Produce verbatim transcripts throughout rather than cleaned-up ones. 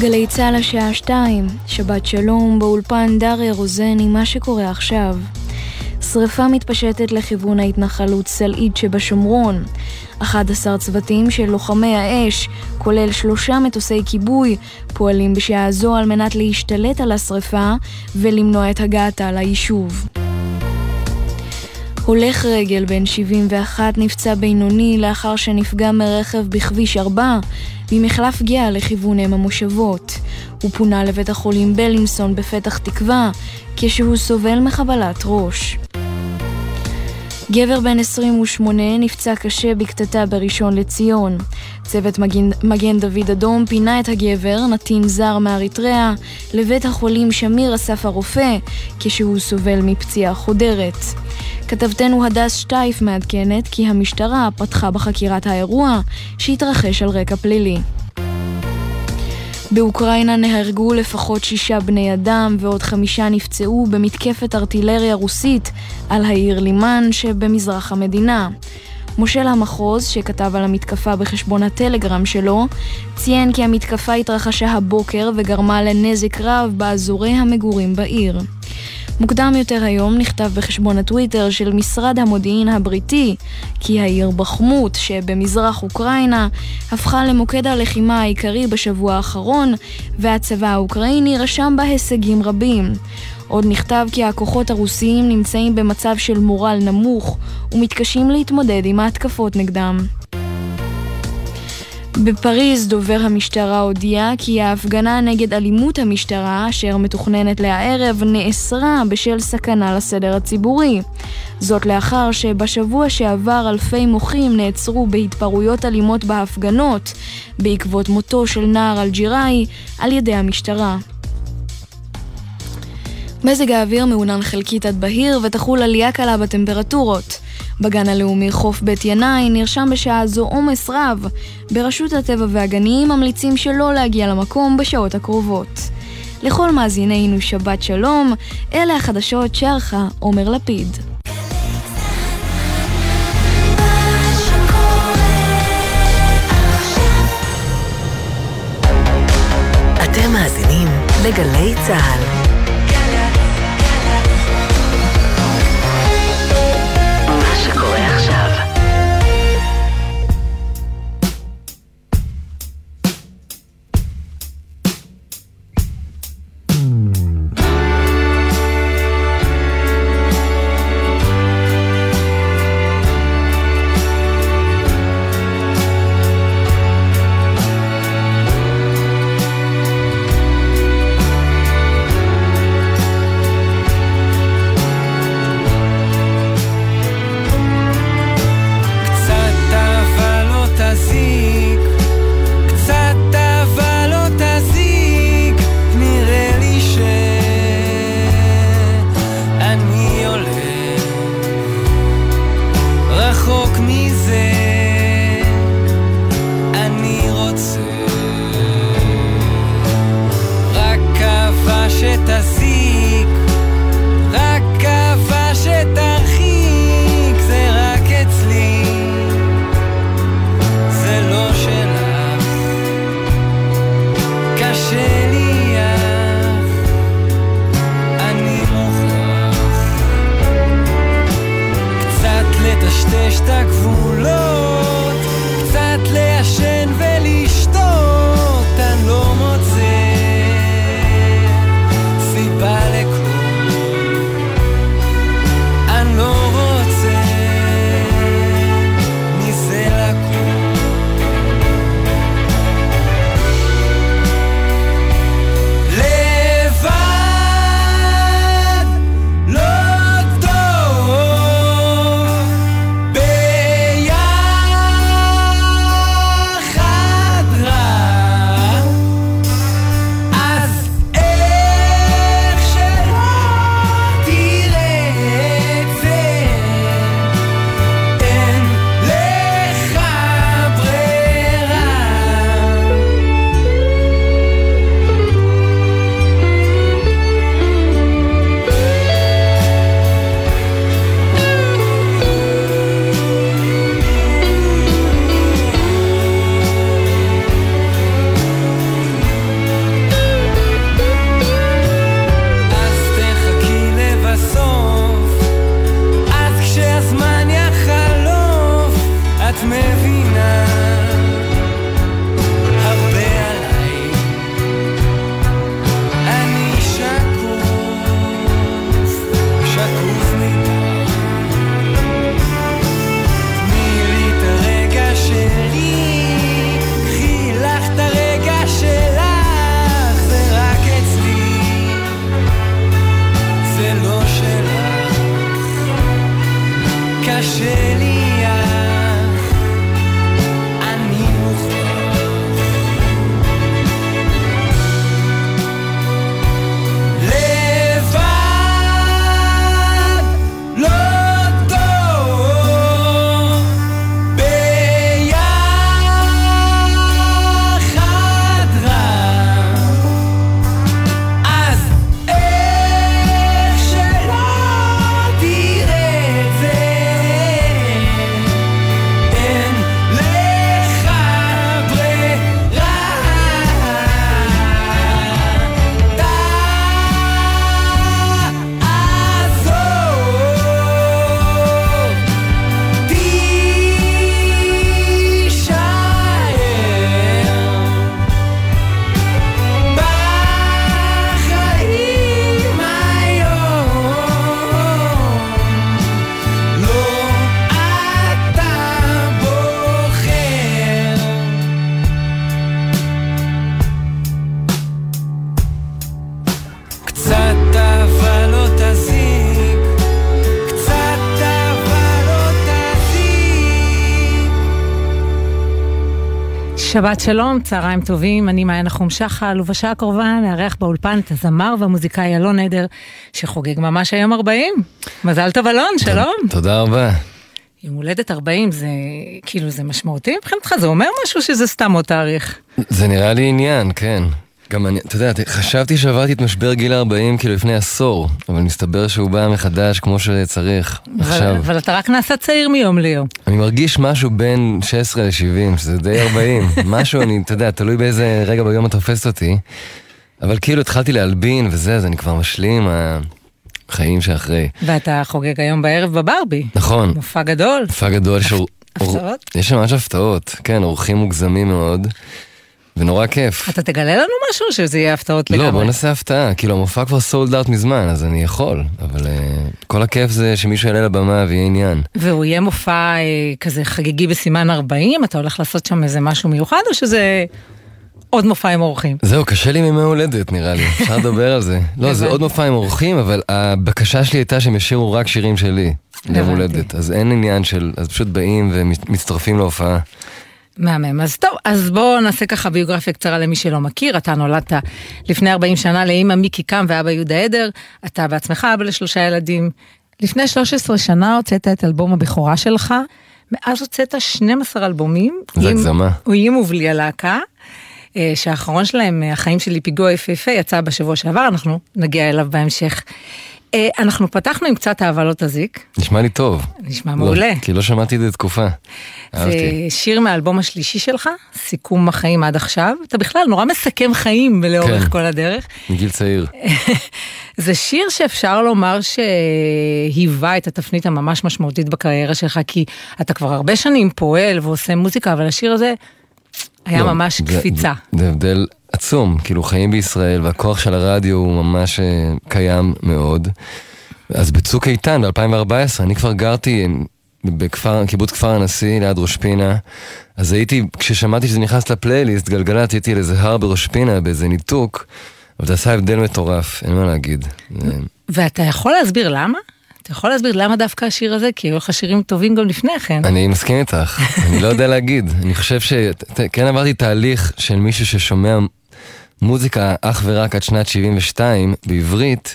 גלי צהל השעה שתיים, שבת שלום, באולפן דריה רוזן עם מה שקורה עכשיו. שריפה מתפשטת לכיוון ההתנחלות סלעית שבשומרון. אחד עשר צוותים של לוחמי האש, כולל שלושה מטוסי כיבוי, פועלים בשעה זו על מנת להשתלט על השריפה ולמנוע את הגעתה ליישוב. הולך רגל בן שבעים ואחת נפצע בינוני לאחר שנפגע מרכב בכביש ארבע ממחלף גאה לכיוון אם המושבות. הוא פונה לבית החולים בלינסון בפתח תקווה כשהוא סובל מחבלת ראש. גבר בן עשרים ושמונה נפצע קשה בקטטה בראשון לציון. צוות מגן, מגן דוד אדום פינה את הגבר, נתין זר מאריתריאה, לבית החולים שמיר אסף הרופא כשהוא סובל מפציעה חודרת. כתבתנו הדס שטייף מעדכנת כי המשטרה פתחה בחקירת האירוע שהתרחש על רקע פלילי. באוקראינה נהרגו לפחות שישה בני אדם ועוד חמישה נפצעו במתקפת ארטילריה רוסית על העיר לימן שבמזרח המדינה. מושל המחוז, שכתב על המתקפה בחשבון הטלגרם שלו, ציין כי המתקפה התרחשה הבוקר וגרמה לנזק רב באזורי המגורים בעיר. מוקדם יותר היום נכתב בחשבון הטוויטר של משרד המודיעין הבריטי כי העיר בחמות שבמזרח אוקראינה הפכה למוקד הלחימה העיקרי בשבוע האחרון והצבא האוקראיני רשם בה הישגים רבים. עוד נכתב כי הכוחות הרוסיים נמצאים במצב של מורל נמוך ומתקשים להתמודד עם ההתקפות נגדם. בפריז דובר המשטרה הודיע כי ההפגנה נגד אלימות המשטרה אשר מתוכננת לערב נאסרה בשל סכנה לסדר הציבורי. זאת לאחר שבשבוע שעבר אלפי מוחים נעצרו בהתפרעויות אלימות בהפגנות בעקבות מותו של נער אלג'יראי על ידי המשטרה. מזג האוויר מעונן חלקית עד בהיר ותחול עלייה קלה בטמפרטורות. בגן הלאומי חוף בית ינאי נרשם בשעה זו עומס רב. ברשות הטבע והגנים ממליצים שלא להגיע למקום בשעות הקרובות. לכל מאזינינו שבת שלום, אלה החדשות שערכה עומר לפיד. אתם מאזינים לגלי צהל. Yeah. שבת שלום, צהריים טובים, אני מאיה נחום שחל, ובשעה הקרובה נארח באולפן את הזמר והמוזיקאי אלון עדר, שחוגג ממש היום ארבעים. מזל טוב אלון, שלום. תודה רבה. יום הולדת ארבעים זה, כאילו זה משמעותי מבחינתך, זה אומר משהו שזה סתם עוד תאריך? זה נראה לי עניין, כן. גם אני, אתה יודע, חשבתי שעברתי את משבר גיל ארבעים כאילו לפני עשור, אבל מסתבר שהוא בא מחדש כמו שצריך עכשיו. אבל אתה רק נעשה צעיר מיום ליום. אני מרגיש משהו בין שש עשרה ל-שבעים, שזה די ארבעים. משהו, אני, אתה יודע, תלוי באיזה רגע ביום אתה תופס אותי. אבל כאילו התחלתי להלבין וזה, אז אני כבר משלים החיים שאחרי. ואתה חוגג היום בערב בברבי. נכון. מופע גדול. מופע גדול. הפתעות? יש ממש הפתעות, כן, אורחים מוגזמים מאוד. ונורא כיף. אתה תגלה לנו משהו שזה יהיה הפתעות לגמרי? לא, בוא נעשה הפתעה. כאילו, המופע כבר סולד אאוט מזמן, אז אני יכול. אבל uh, כל הכיף זה שמישהו יעלה לבמה ויהיה עניין. והוא יהיה מופע uh, כזה חגיגי בסימן ארבעים? אתה הולך לעשות שם איזה משהו מיוחד, או שזה עוד מופע עם אורחים? זהו, קשה לי מימי הולדת, נראה לי. אפשר לדבר על זה. לא, זה עוד מופע עם אורחים, אבל הבקשה שלי הייתה שהם ישירו רק שירים שלי ליום הולדת. אז אין עניין של, אז פשוט באים ומצטרפים להופעה. מהמם, אז טוב, אז בואו נעשה ככה ביוגרפיה קצרה למי שלא מכיר. אתה נולדת לפני ארבעים שנה לאמא מיקי קם ואבא יהודה עדר, אתה בעצמך אבא לשלושה ילדים. לפני שלוש עשרה שנה הוצאת את אלבום הבכורה שלך, מאז הוצאת שנים עשר אלבומים. זה הגזמה. הוא עם ובלי הלהקה, שהאחרון שלהם, החיים שלי פיגוע יפהפה, יצא בשבוע שעבר, אנחנו נגיע אליו בהמשך. אנחנו פתחנו עם קצת אהבה לא תזיק. נשמע לי טוב. נשמע מעולה. כי לא שמעתי את זה תקופה. זה שיר מהאלבום השלישי שלך, סיכום החיים עד עכשיו. אתה בכלל נורא מסכם חיים לאורך כל הדרך. מגיל צעיר. זה שיר שאפשר לומר שהיווה את התפנית הממש משמעותית בקריירה שלך, כי אתה כבר הרבה שנים פועל ועושה מוזיקה, אבל השיר הזה היה ממש קפיצה. זה הבדל עצום, כאילו חיים בישראל, והכוח של הרדיו הוא ממש קיים מאוד. אז בצוק איתן, ב-אלפיים וארבע עשרה, אני כבר גרתי בכפר, קיבוץ כפר הנשיא, ליד ראש פינה, אז הייתי, כששמעתי שזה נכנס לפלייליסט, גלגלת, הייתי לאיזה הר בראש פינה, באיזה ניתוק, אבל זה עשה הבדל מטורף, אין מה להגיד. ואתה יכול להסביר למה? אתה יכול להסביר למה דווקא השיר הזה? כי היו לך שירים טובים גם לפני כן. אני מסכים איתך, אני לא יודע להגיד. אני חושב שכן עברתי תהליך של מישהו ששומע מוזיקה אך ורק עד שנת שבעים ושתיים בעברית,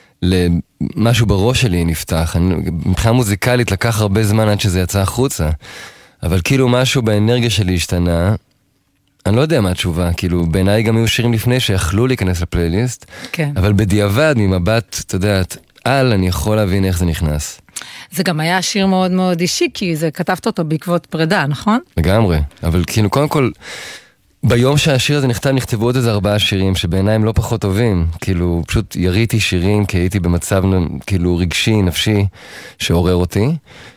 למשהו בראש שלי נפתח. מבחינה מוזיקלית לקח הרבה זמן עד שזה יצא החוצה, אבל כאילו משהו באנרגיה שלי השתנה. אני לא יודע מה התשובה, כאילו בעיניי גם היו שירים לפני שיכלו להיכנס לפלייליסט, כן. אבל בדיעבד ממבט, אתה יודעת, על אני יכול להבין איך זה נכנס. זה גם היה שיר מאוד מאוד אישי, כי זה כתבת אותו בעקבות פרידה, נכון? לגמרי, אבל כאילו קודם כל, ביום שהשיר הזה נכתב, נכתבו עוד איזה ארבעה שירים שבעיניי הם לא פחות טובים, כאילו פשוט יריתי שירים כי הייתי במצב כאילו רגשי, נפשי, שעורר אותי.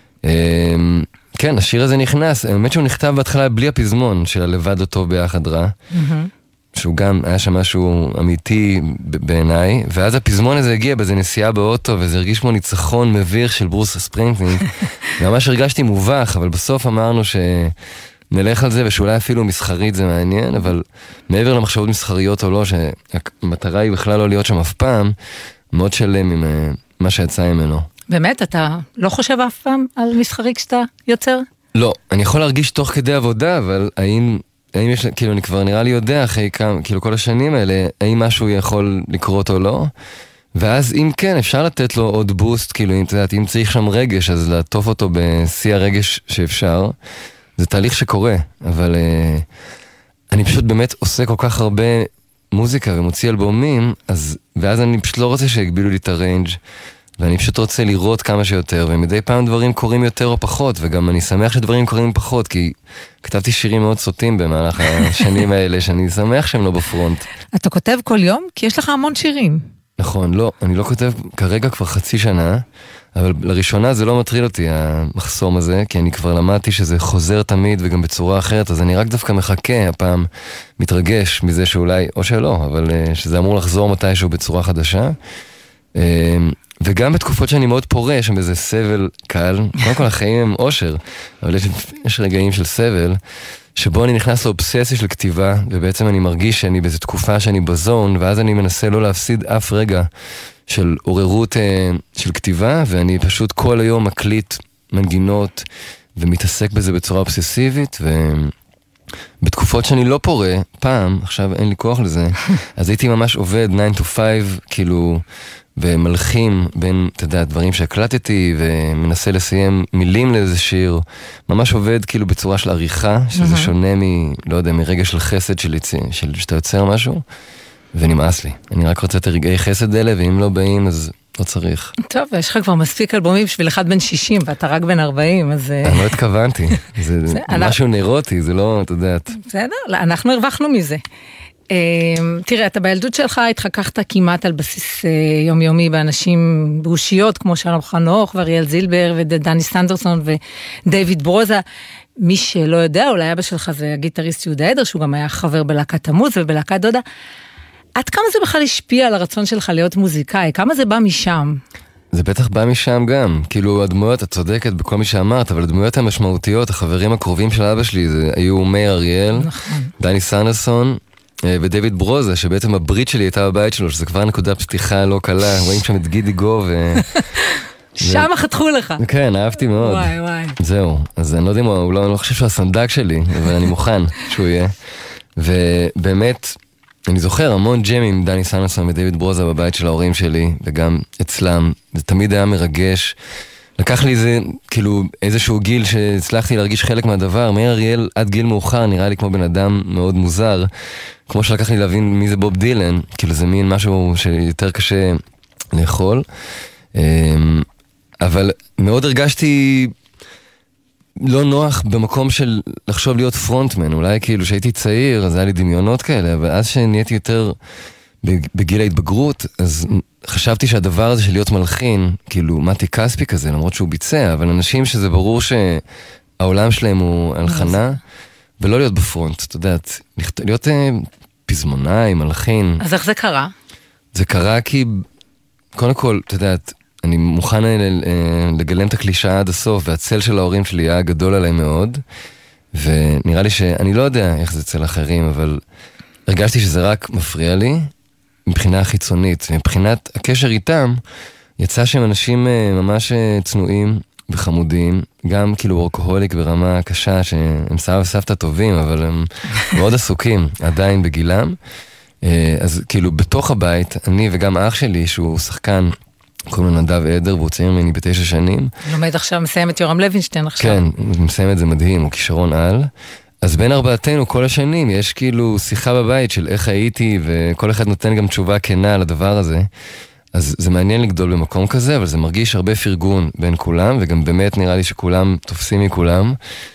כן, השיר הזה נכנס, האמת שהוא נכתב בהתחלה בלי הפזמון של הלבד אותו ביחד רע, שהוא גם היה שם משהו אמיתי בעיניי, ואז הפזמון הזה הגיע באיזה נסיעה באוטו, וזה הרגיש כמו ניצחון מביך של ברוס ספרינגסטין, ממש הרגשתי מובך, אבל בסוף אמרנו שנלך על זה, ושאולי אפילו מסחרית זה מעניין, אבל מעבר למחשבות מסחריות או לא, שהמטרה היא בכלל לא להיות שם אף פעם, מאוד שלם עם מה שיצא ממנו. באמת? אתה לא חושב אף פעם על מסחרי כשאתה יוצר? לא, אני יכול להרגיש תוך כדי עבודה, אבל האם, האם יש, כאילו, אני כבר נראה לי יודע אחרי כמה, כאילו כל השנים האלה, האם משהו יכול לקרות או לא, ואז אם כן, אפשר לתת לו עוד בוסט, כאילו, אם, תדעת, אם צריך שם רגש, אז לעטוף אותו בשיא הרגש שאפשר, זה תהליך שקורה, אבל uh, אני פשוט באמת עושה כל כך הרבה מוזיקה ומוציא אלבומים, אז, ואז אני פשוט לא רוצה שיגבילו לי את הריינג', ואני פשוט רוצה לראות כמה שיותר, ומדי פעם דברים קורים יותר או פחות, וגם אני שמח שדברים קורים פחות, כי כתבתי שירים מאוד סוטים במהלך השנים האלה, שאני שמח שהם לא בפרונט. אתה כותב כל יום? כי יש לך המון שירים. נכון, לא, אני לא כותב כרגע כבר חצי שנה, אבל לראשונה זה לא מטריד אותי המחסום הזה, כי אני כבר למדתי שזה חוזר תמיד וגם בצורה אחרת, אז אני רק דווקא מחכה, הפעם מתרגש מזה שאולי, או שלא, אבל שזה אמור לחזור מתישהו בצורה חדשה. וגם בתקופות שאני מאוד פורה, שם איזה סבל קל, קודם כל החיים הם אושר, אבל יש, יש רגעים של סבל, שבו אני נכנס לאובססיה של כתיבה, ובעצם אני מרגיש שאני באיזו תקופה שאני בזון, ואז אני מנסה לא להפסיד אף רגע של עוררות אה, של כתיבה, ואני פשוט כל היום מקליט מנגינות, ומתעסק בזה בצורה אובססיבית, ובתקופות שאני לא פורה, פעם, עכשיו אין לי כוח לזה, אז הייתי ממש עובד nine to five, כאילו, ומלחים בין, אתה יודע, דברים שהקלטתי, ומנסה לסיים מילים לאיזה שיר, ממש עובד כאילו בצורה של עריכה, שזה שונה מ, לא יודע, מרגע של חסד של, של שאתה יוצר משהו, ונמאס לי. אני רק רוצה את הרגעי חסד האלה, ואם לא באים, אז לא צריך. טוב, יש לך כבר מספיק אלבומים בשביל אחד בן שישים, ואתה רק בן ארבעים, אז... אני לא התכוונתי. זה משהו נרוטי, זה לא, אתה יודעת. בסדר, אנחנו הרווחנו מזה. תראה, אתה בילדות שלך התחככת כמעט על בסיס יומיומי באנשים באושיות, כמו שלום חנוך ואריאל זילבר ודני סנדרסון ודייוויד ברוזה. מי שלא יודע, אולי אבא שלך זה הגיטריסט יהודה עדר, שהוא גם היה חבר בלהקת המוז ובלהקת דודה. עד כמה זה בכלל השפיע על הרצון שלך להיות מוזיקאי? כמה זה בא משם? זה בטח בא משם גם, כאילו הדמויות, את צודקת בכל מי שאמרת, אבל הדמויות המשמעותיות, החברים הקרובים של אבא שלי, זה היו מאיר אריאל, נכון. דני סנדרסון, ודייוויד ברוזה, שבעצם הברית שלי הייתה בבית שלו, שזה כבר נקודה פתיחה לא קלה, רואים שם את גידי גו ו... שם חתכו לך. כן, אהבתי מאוד. וואי וואי. זהו, אז אני לא יודע, אני לא חושב שהוא הסנדק שלי, אבל אני מוכן שהוא יהיה. ובאמת, אני זוכר המון ג'מים עם דני סנדרסון ודייוויד ברוזה בבית של ההורים שלי, וגם אצלם, זה תמיד היה מרגש. לקח לי איזה, כאילו, איזשהו גיל שהצלחתי להרגיש חלק מהדבר. מאיר אריאל עד גיל מאוחר נראה לי כמו בן אדם מאוד מוזר, כמו שלקח לי להבין מי זה בוב דילן, כאילו זה מין משהו שיותר קשה לאכול. אבל מאוד הרגשתי לא נוח במקום של לחשוב להיות פרונטמן, אולי כאילו שהייתי צעיר, אז היה לי דמיונות כאלה, אבל אז שנהייתי יותר בגיל ההתבגרות, אז חשבתי שהדבר הזה של להיות מלחין, כאילו מתי כספי כזה, למרות שהוא ביצע, אבל אנשים שזה ברור שהעולם שלהם הוא הלחנה, ולא להיות בפרונט, אתה יודעת, להיות פזמונאי, מלחין. אז איך זה קרה? זה קרה כי, קודם כל, אתה יודעת, אני מוכן לגלם את הקלישה עד הסוף, והצל של ההורים שלי היה גדול עליי מאוד, ונראה לי שאני לא יודע איך זה אצל אחרים, אבל הרגשתי שזה רק מפריע לי, מבחינה חיצונית, מבחינת הקשר איתם, יצא שהם אנשים ממש צנועים וחמודים, גם כאילו וורקהוליק ברמה קשה, שהם סבא וסבתא טובים, אבל הם מאוד עסוקים עדיין בגילם. אז כאילו בתוך הבית, אני וגם אח שלי, שהוא שחקן, קוראים לו נדב עדר, והוא צעיר ממני בתשע שנים. לומד עכשיו, מסיים את יורם לוינשטיין עכשיו. כן, הוא מסיים את זה מדהים, הוא כישרון על. אז בין ארבעתנו כל השנים יש כאילו שיחה בבית של איך הייתי, וכל אחד נותן גם תשובה כנה על הדבר הזה. אז זה מעניין לגדול במקום כזה, אבל זה מרגיש הרבה פרגון בין כולם, וגם באמת נראה לי שכולם תופסים מכולם.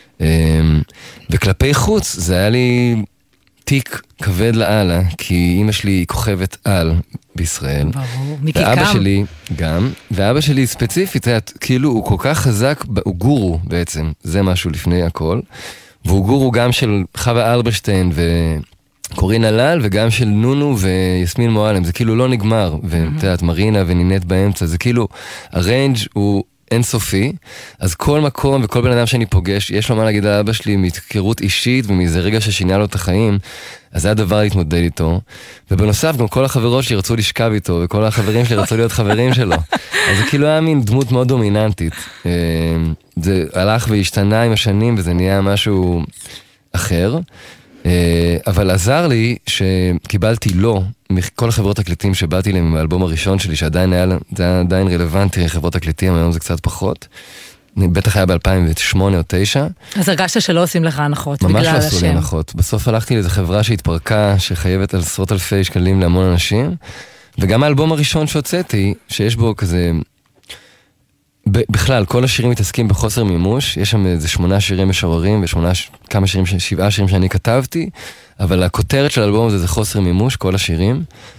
וכלפי חוץ זה היה לי תיק כבד לעלה, כי אמא שלי היא כוכבת על בישראל. ברור, מיקי ואבא קם. שלי גם, ואבא שלי ספציפית, כאילו הוא כל כך חזק, הוא גורו בעצם, זה משהו לפני הכל. והוא גורו גם של חווה אלברשטיין וקורינה לל, וגם של נונו ויסמין מועלם, זה כאילו לא נגמר, ואתה יודעת, מרינה ונינט באמצע, זה כאילו, הריינג' הוא אינסופי, אז כל מקום וכל בן אדם שאני פוגש, יש לו מה להגיד על אבא שלי מהתכרות אישית ומאיזה רגע ששינה לו את החיים, אז זה הדבר להתמודד איתו, ובנוסף גם כל החברות שלי רצו לשכב איתו, וכל החברים שלי רצו להיות חברים שלו, אז זה כאילו היה מין דמות מאוד דומיננטית, זה הלך והשתנה עם השנים וזה נהיה משהו אחר, אבל עזר לי שקיבלתי לא, מכל החברות תקליטים שבאתי להם מהאלבום הראשון שלי, שעדיין היה, זה היה עדיין רלוונטי, חברות תקליטים, היום זה קצת פחות, בטח היה ב-אלפיים ושמונה או תשע. אז הרגשת שלא עושים לך הנחות בגלל השם. ממש לא עשו לי הנחות. בסוף הלכתי לאיזו חברה שהתפרקה, שחייבת על עשרות אלפי שקלים להמון אנשים, וגם האלבום הראשון שהוצאתי, שיש בו כזה, בכלל, כל השירים מתעסקים בחוסר מימוש, יש שם איזה שמונה שירים משוררים, ושמונה, כמה שירים, שבעה שירים שאני כתבתי, אבל הכותרת של האלבום הזה זה חוסר מימוש, כל השירים.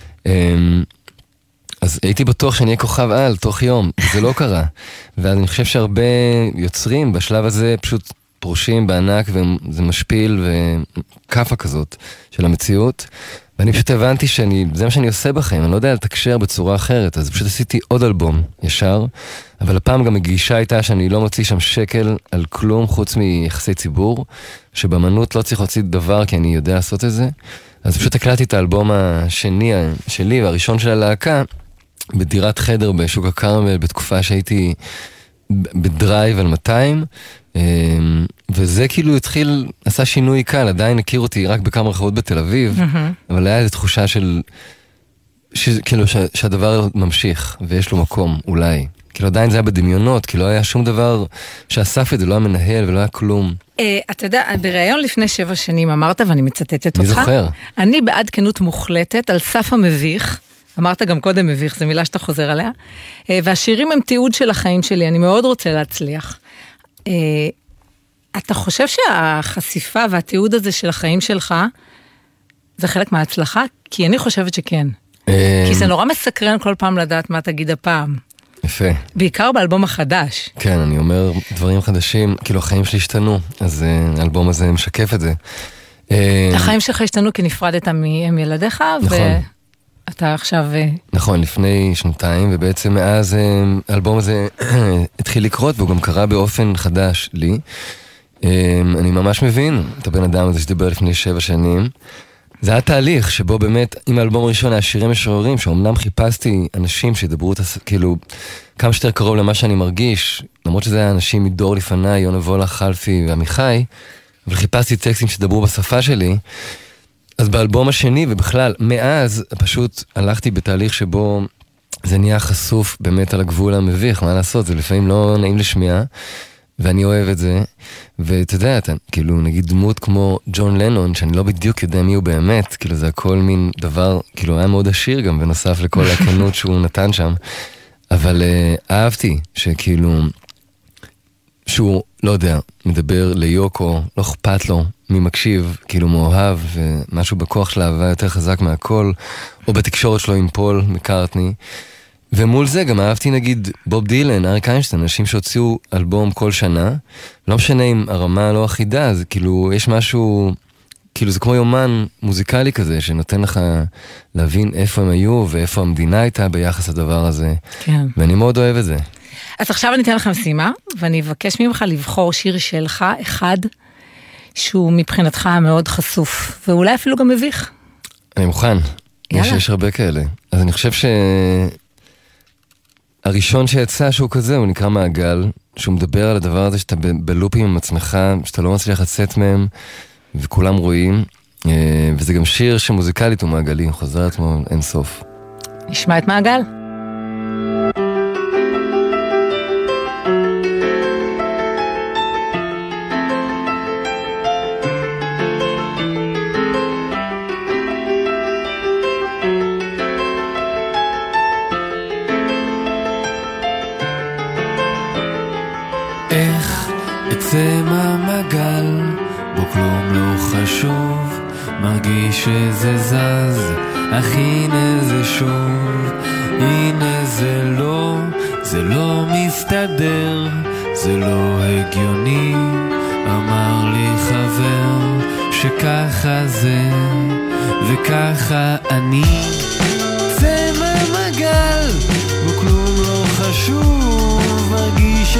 אז הייתי בטוח שאני אהיה כוכב על, תוך יום, זה לא קרה. ואז אני חושב שהרבה יוצרים בשלב הזה פשוט פרושים בענק, וזה משפיל וכפה כזאת של המציאות. ואני פשוט הבנתי שאני, זה מה שאני עושה בחיים, אני לא יודע לתקשר בצורה אחרת, אז פשוט עשיתי עוד אלבום ישר, אבל הפעם גם הגישה הייתה שאני לא מוציא שם שקל על כלום חוץ מיחסי ציבור, שבאמנות לא צריך להוציא דבר כי אני יודע לעשות את זה, אז פשוט הקלטתי את האלבום השני שלי והראשון של הלהקה, בדירת חדר בשוק הכרמל, בתקופה שהייתי בדרייב על מאתיים, וזה כאילו התחיל, עשה שינוי קל, עדיין הכיר אותי רק בכמה רחובות בתל אביב, אבל היה איזו תחושה של, כאילו שהדבר ממשיך, ויש לו מקום, אולי. כאילו עדיין זה היה בדמיונות, כי לא היה שום דבר שאסף את זה, לא היה מנהל ולא היה כלום. אתה יודע, בראיון לפני שבע שנים אמרת, ואני מצטטת אותך. אני זוכר. אני בעד כנות מוחלטת, על סף המביך, אמרת גם קודם מביך, זו מילה שאתה חוזר עליה, והשירים הם תיעוד של החיים שלי, אני מאוד רוצה להצליח. אתה חושב שהחשיפה והתיעוד הזה של החיים שלך, זה חלק מההצלחה? כי אני חושבת שכן. כי זה נורא מסקרן כל פעם לדעת מה תגיד הפעם. יפה. בעיקר באלבום החדש. כן, אני אומר דברים חדשים, כאילו החיים שלי השתנו, אז האלבום הזה משקף את זה. החיים שלך השתנו כי נפרדת מהם ילדיך, נכון. ואתה עכשיו... נכון, לפני שנתיים, ובעצם מאז האלבום הזה התחיל לקרות, והוא גם קרה באופן חדש לי. אני ממש מבין את הבן אדם הזה שדיבר לפני שבע שנים. זה היה תהליך שבו באמת, עם האלבום הראשון היה שירים משוררים, שאומנם חיפשתי אנשים שידברו את, כאילו, כמה שיותר קרוב למה שאני מרגיש, למרות שזה היה אנשים מדור לפניי, יונה וולה, חלפי ועמיחי, אבל חיפשתי טקסטים שדברו בשפה שלי, אז באלבום השני, ובכלל, מאז, פשוט הלכתי בתהליך שבו זה נהיה חשוף באמת על הגבול המביך, מה לעשות, זה לפעמים לא נעים לשמיע, ואני אוהב את זה, ואתה יודע, אתה, כאילו, נגיד דמות כמו ג'ון לנון, שאני לא בדיוק יודע מי הוא באמת, כאילו זה הכל מין דבר, כאילו היה מאוד עשיר גם, בנוסף לכל הכנות שהוא נתן שם, אבל uh, אהבתי שכאילו, שהוא, לא יודע, מדבר ליוקו, לא אכפת לו מי מקשיב, כאילו מאוהב, ומשהו בכוח של אהבה יותר חזק מהכל, או בתקשורת שלו עם פול מקארטני, ומול זה גם אהבתי נגיד בוב דילן, אריק איינשטיין, אנשים שהוציאו אלבום כל שנה, לא משנה אם הרמה לא אחידה, אז כאילו יש משהו, כאילו זה כמו יומן מוזיקלי כזה, שנותן לך להבין איפה הם היו, ואיפה המדינה הייתה ביחס לדבר הזה. כן. ואני מאוד אוהב את זה. אז עכשיו אני אתן לך משימה, ואני אבקש ממך לבחור שיר שלך, אחד, שהוא מבחינתך מאוד חשוף, ואולי אפילו גם מביך. אני מוכן. יאללה. יש, יש הרבה כאלה. אז אני חושב ש... הראשון שיצא שהוא כזה, הוא נקרא מעגל, שהוא מדבר על הדבר הזה שאתה ב- בלופים עם עצמך, שאתה לא מצליח לצאת מהם, וכולם רואים, וזה גם שיר שמוזיקלית הוא מעגלי, חוזר עצמו אין סוף. נשמע את מעגל. איך אצא מהמעגל בו כלום לא חשוב, מרגיש שזה זז, אך הנה זה שוב, הנה זה לא, זה לא מסתדר, זה לא הגיוני, אמר לי חבר שככה זה וככה אני. צא מהמעגל בו כלום לא חשוב, מרגיש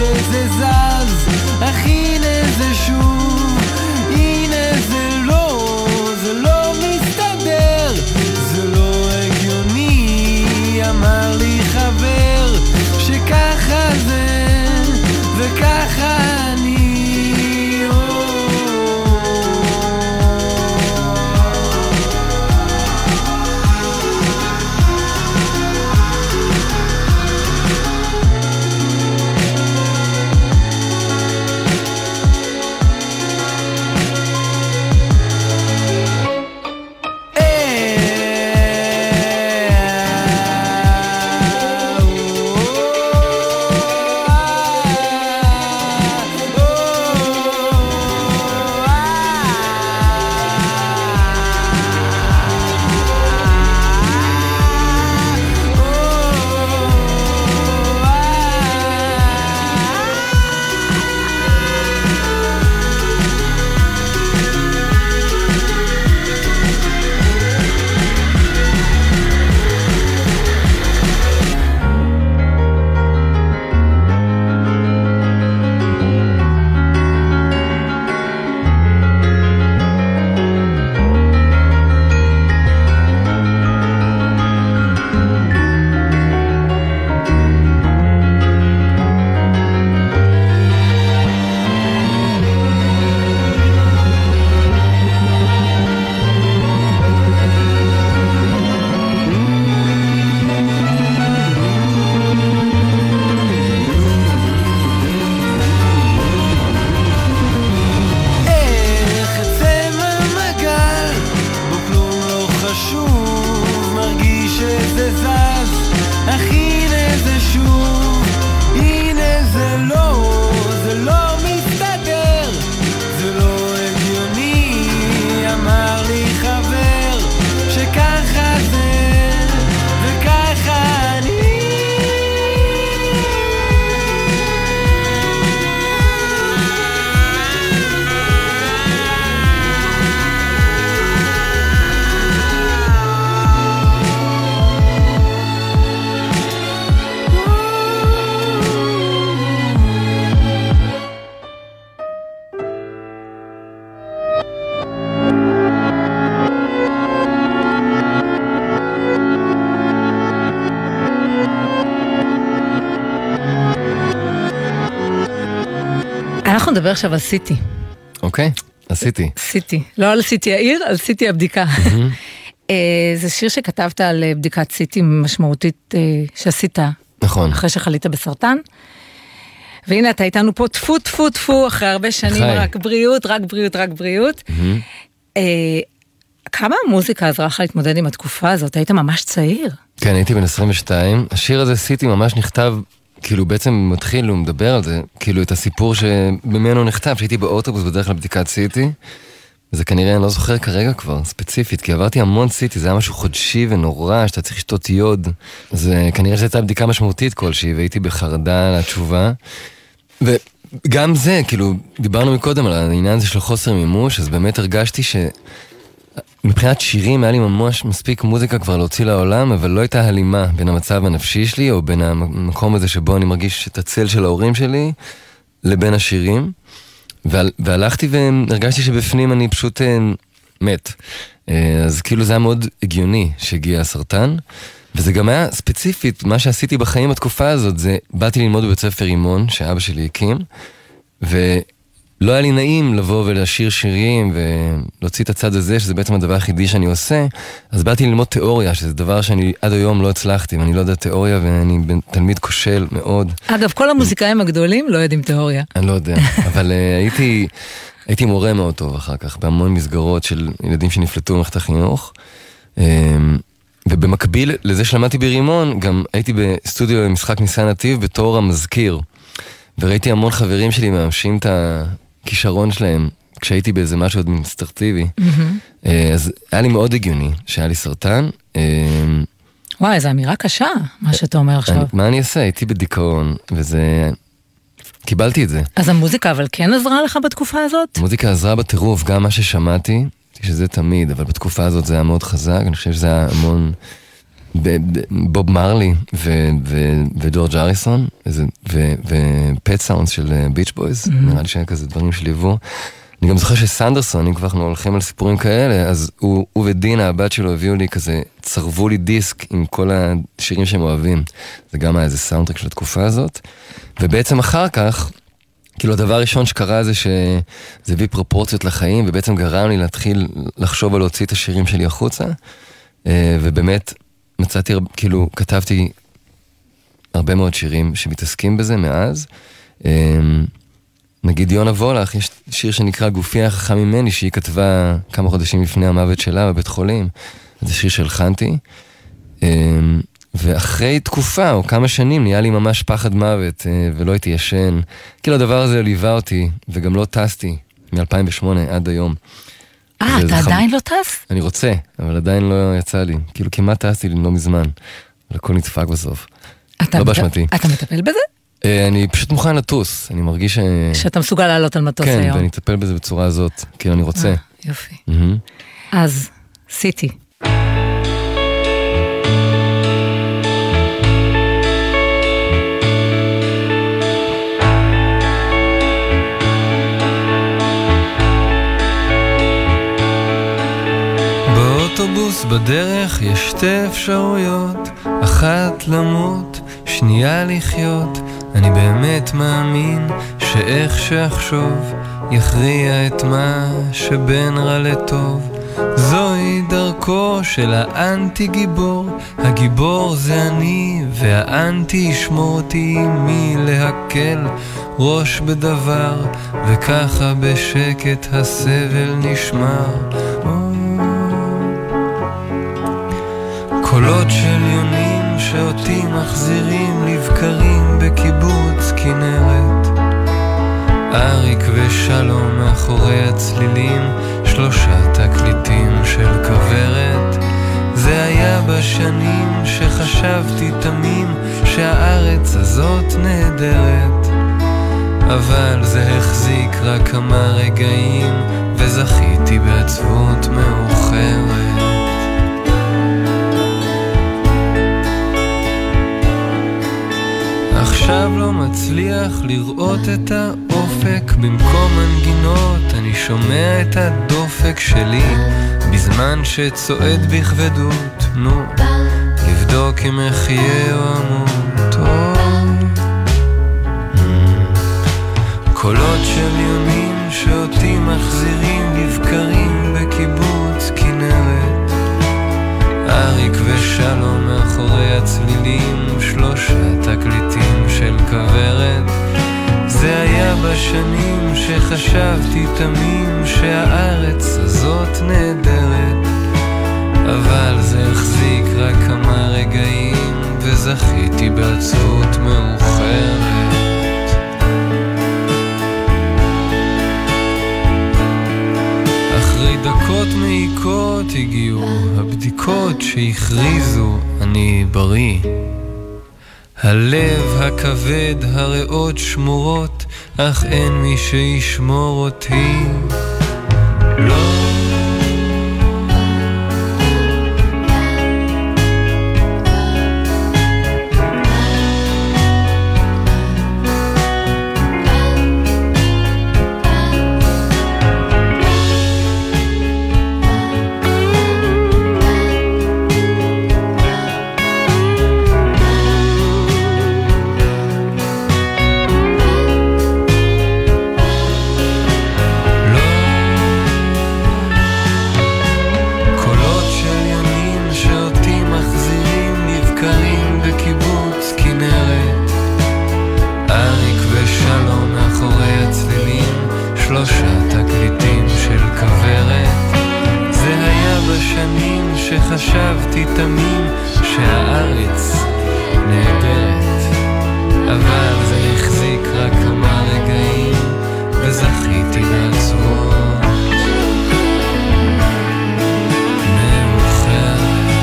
אנחנו נדבר עכשיו על סיטי. אוקיי, עשיתי. סיטי, לא על סיטי העיר, על סיטי הבדיקה. זה שיר שכתבת על בדיקת סיטי משמעותית שעשית. נכון. אחרי שחלית בסרטן. והנה אתה איתנו פה טפו טפו טפו, אחרי הרבה שנים רק בריאות, רק בריאות, רק בריאות. כמה המוזיקה עזרה לך להתמודד עם התקופה הזאת? היית ממש צעיר. כן, הייתי בן עשרים ושתיים. השיר הזה, סיטי, ממש נכתב, כאילו בעצם מתחיל, הוא מדבר על זה, כאילו את הסיפור שממנו נכתב, שהייתי באוטובוס בדרך לבדיקת סיטי, וזה כנראה, אני לא זוכר כרגע כבר, ספציפית, כי עברתי המון סיטי, זה היה משהו חודשי ונורא, שאתה צריך לשתות יוד. זה כנראה שזו הייתה בדיקה משמעותית כלשהי, והייתי בחרדה על התשובה. וגם זה, כאילו, דיברנו מקודם על העניין הזה של חוסר מימוש, אז באמת הרגשתי ש... מבחינת שירים היה לי ממש מספיק מוזיקה כבר להוציא לעולם, אבל לא הייתה הלימה בין המצב הנפשי שלי, או בין המקום הזה שבו אני מרגיש את הצל של ההורים שלי, לבין השירים. והלכתי והרגשתי שבפנים אני פשוט מת. אז כאילו זה היה מאוד הגיוני שהגיע הסרטן, וזה גם היה ספציפית, מה שעשיתי בחיים בתקופה הזאת, זה באתי ללמוד בבית ספר רימון, שאבא שלי הקים, ולא היה לי נעים לבוא ולשיר שירים, ולהוציא את הצד הזה, שזה בעצם הדבר היחידי שאני עושה, אז באתי ללמוד תיאוריה, שזה דבר שאני עד היום לא הצלחתי, ואני לא יודע תיאוריה, ואני תלמיד כושל מאוד. אגב, כל המוזיקאים הגדולים לא יודעים תיאוריה. אני לא יודע, אבל הייתי... הייתי מורה מאוד טוב אחר כך, בהמון מסגרות של ילדים שנפלטו במערכת החינוך, ובמקביל לזה שלמדתי ברימון, גם הייתי בסטודיו למשחק ניסן נתיב בתור המזכיר, וראיתי המון חברים שלי מממשים את הכישרון שלהם, כשהייתי באיזה משהו אדמיניסטרטיבי, אז היה לי מאוד הגיוני שהיה לי סרטן. וואי, זו אמירה קשה, מה שאתה אומר עכשיו. מה אני אעשה? הייתי בדיכאון, וזה... קיבלתי את זה. אז המוזיקה אבל כן עזרה לך בתקופה הזאת? המוזיקה עזרה בטירוף, גם מה ששמעתי, שזה תמיד, אבל בתקופה הזאת זה היה מאוד חזק, אני חושב שזה היה המון בוב מרלי וג'ורג' אריסון, ופט סאונדס של ביץ' בויז, נראה לי שהיה כזה דברים שליוו. אני גם זוכר שסנדרסון, אם כבר אנחנו הולכים על סיפורים כאלה, אז הוא ודינה, הבת שלו, הביאו לי כזה, צרבו לי דיסק עם כל השירים שהם אוהבים. זה גם היה איזה סאונדטרק של התקופה הזאת. ובעצם אחר כך, כאילו הדבר הראשון שקרה זה שזה הביא פרופורציות לחיים, ובעצם גרם לי להתחיל לחשוב על להוציא את השירים שלי החוצה, ובאמת מצאתי, כאילו כתבתי הרבה מאוד שירים שמתעסקים בזה מאז. נגיד יונה וולך, יש שיר שנקרא גופי החכם ממני, שהיא כתבה כמה חודשים לפני המוות שלה בבית חולים. זה שיר שהלחנתי. ואחרי תקופה או כמה שנים נהיה לי ממש פחד מוות, ולא הייתי ישן. כאילו הדבר הזה ליווה אותי, וגם לא טסתי מ-אלפיים ושמונה עד היום. אה, אתה עדיין לא טס? אני רוצה, אבל עדיין לא יצא לי. כאילו כמעט טסתי לי לא מזמן. אבל הכל נדפק בסוף. לא באשמתי. אתה מטפל בזה? אני פשוט מוכן לטוס, אני מרגיש ש... שאתה מסוגל לעלות על מטוס היום. כן, ואני אטפל בזה בצורה הזאת, כאילו אני רוצה. יופי. אז, סיטי. באוטובוס בדרך יש שתי אפשרויות, אחת למות, שנייה לחיות. אני באמת מאמין שאיך שאחשוב יכריע את מה שבין רע לטוב. זוהי דרכו של האנטי גיבור, הגיבור זה אני והאנטי ישמור אותי מלהקל ראש בדבר, וככה בשקט הסבל נשמר. קולות של יונים שאותי מחזירים לבקרים בקיבוץ כנרת, אריק ושלום מאחורי הצלילים, שלושה תקליטים של כברת. זה היה בשנים שחשבתי תמים שהארץ הזאת נהדרת, אבל זה החזיק רק כמה רגעים וזכיתי בעצבות מאוחרת. עכשיו לא מצליח לראות את האופק, במקום מנגינות אני שומע את הדופק שלי, בזמן שצועד בכבדות, נו, לבדוק אם אחיה או אמות. קולות של בשנים שחשבתי תמים שהארץ הזאת נהדרת, אבל זה החזיק רק כמה רגעים וזכיתי בעצות מאוחרת. אחרי דקות מעיקות הגיעו הבדיקות שהכריזו אני בריא. הלב הכבד, הריאות שמורות, אך אין מי שישמור אותי. לא חשבתי תמים שהארץ נהדרת, אבל זה החזיק רק כמה רגעים וזכיתי בעצות מאוחרת.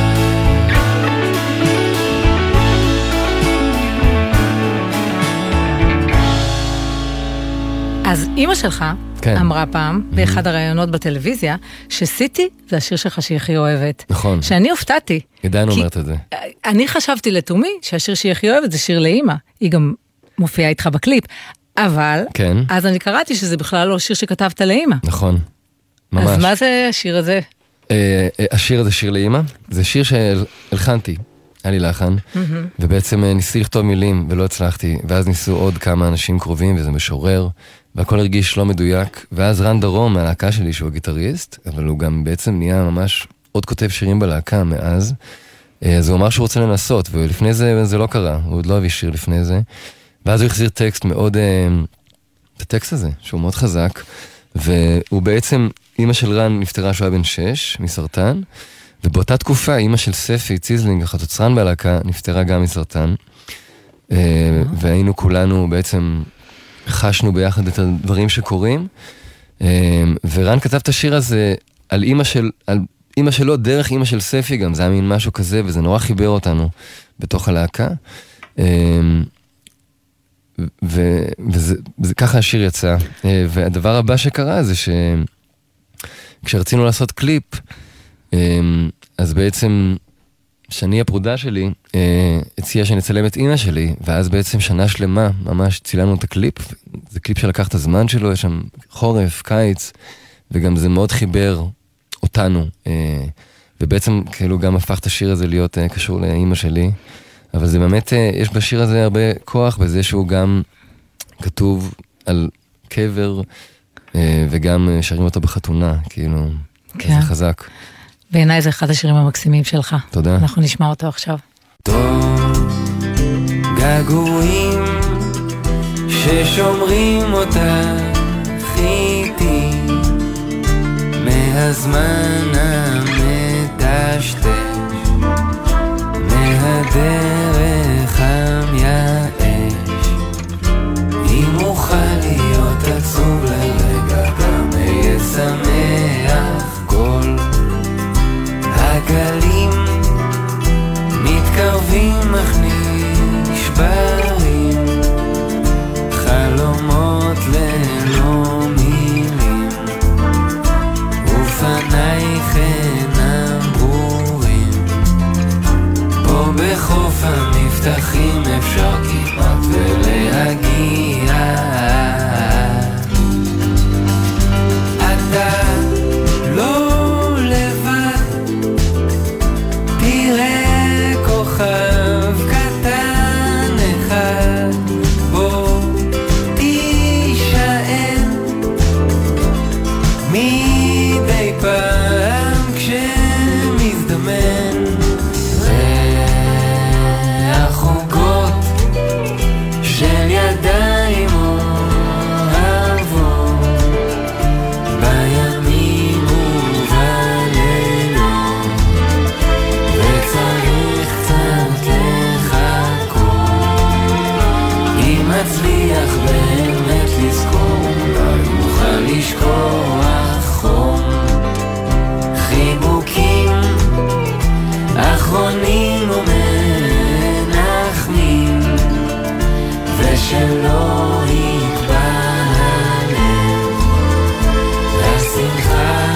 אז אמא שלך כן. אמרה פעם, mm-hmm. באחד הראיונות בטלוויזיה, שסיטי זה השיר שלך שהיא הכי אוהבת. נכון. שאני הופתעתי. עדיין אומרת את זה. אני חשבתי לתומי שהשיר שהיא הכי אוהבת זה שיר לאמא. היא גם מופיעה איתך בקליפ. אבל, כן. אז אני קראתי שזה בכלל לא שיר שכתבת לאמא. נכון. ממש. אז מה זה השיר הזה? אה, השיר הזה שיר לאמא. זה שיר שהלחנתי. היה לי לחן. Mm-hmm. ובעצם ניסיתי לכתוב מילים ולא הצלחתי. ואז ניסו עוד כמה אנשים קרובים וזה משורר. והכל הרגיש לא מדויק, ואז רן דרום מהלהקה שלי שהוא הגיטריסט, אבל הוא גם בעצם נהיה ממש עוד כותב שירים בלהקה מאז, אז הוא אמר שהוא רוצה לנסות, ולפני זה זה לא קרה, הוא עוד לא הביא שיר לפני זה, ואז הוא החזיר טקסט מאוד, את הטקסט הזה, שהוא מאוד חזק, והוא בעצם, אמא של רן נפטרה שהוא היה בן שש, מסרטן, ובאותה תקופה אמא של ספי ציזלינג, החצוצרן בלהקה, נפטרה גם מסרטן, והיינו כולנו בעצם חשנו ביחד את הדברים שקורים, ורן כתב את השיר הזה על אמא של, על אמא שלו דרך אמא של ספי גם, זה היה מין משהו כזה, וזה נורא חיבר אותנו בתוך הלהקה, וזה ככה השיר יצא, והדבר הבא שקרה זה שכשרצינו לעשות קליפ, אז בעצם שני הפרודה שלי אה, הציעה שנצלם את אמא שלי, ואז בעצם שנה שלמה ממש צילמנו את הקליפ, זה קליפ שלקח את הזמן שלו, יש שם חורף, קיץ, וגם זה מאוד חיבר אותנו, אה, ובעצם כאילו גם הפך את השיר הזה להיות אה, קשור לאמא שלי, אבל זה באמת, אה, יש בשיר הזה הרבה כוח בזה שהוא גם כתוב על קבר, אה, וגם אה, שרים אותו בחתונה, כאילו, כן. זה חזק. בעיניי זה אחד השירים המקסימים שלך. תודה. אנחנו נשמע אותו עכשיו. טוב, געגועים ששומרים אותך איתי מהזמן המדשדש, מהדרך המייאש. אם אוכל להיות עצוב לרגע, גם אהיה שמח כל הגלים מתקרבים אך נשברים, חלומות ללא מילים, ופנייך אינם ברורים. פה בחוף המבטחים אפשר כמעט ולהגיע. אתה לא כוכב קטן אחד, בוא תישאר מדי פעם כשמזדמן ריח חוגות של ידיים אוהבות. נצליח באמת לזכור, לא נוכל לשכוח חום. חיבוקים אחרונים ומנחמים, ושלא יקבע הלב לשמחה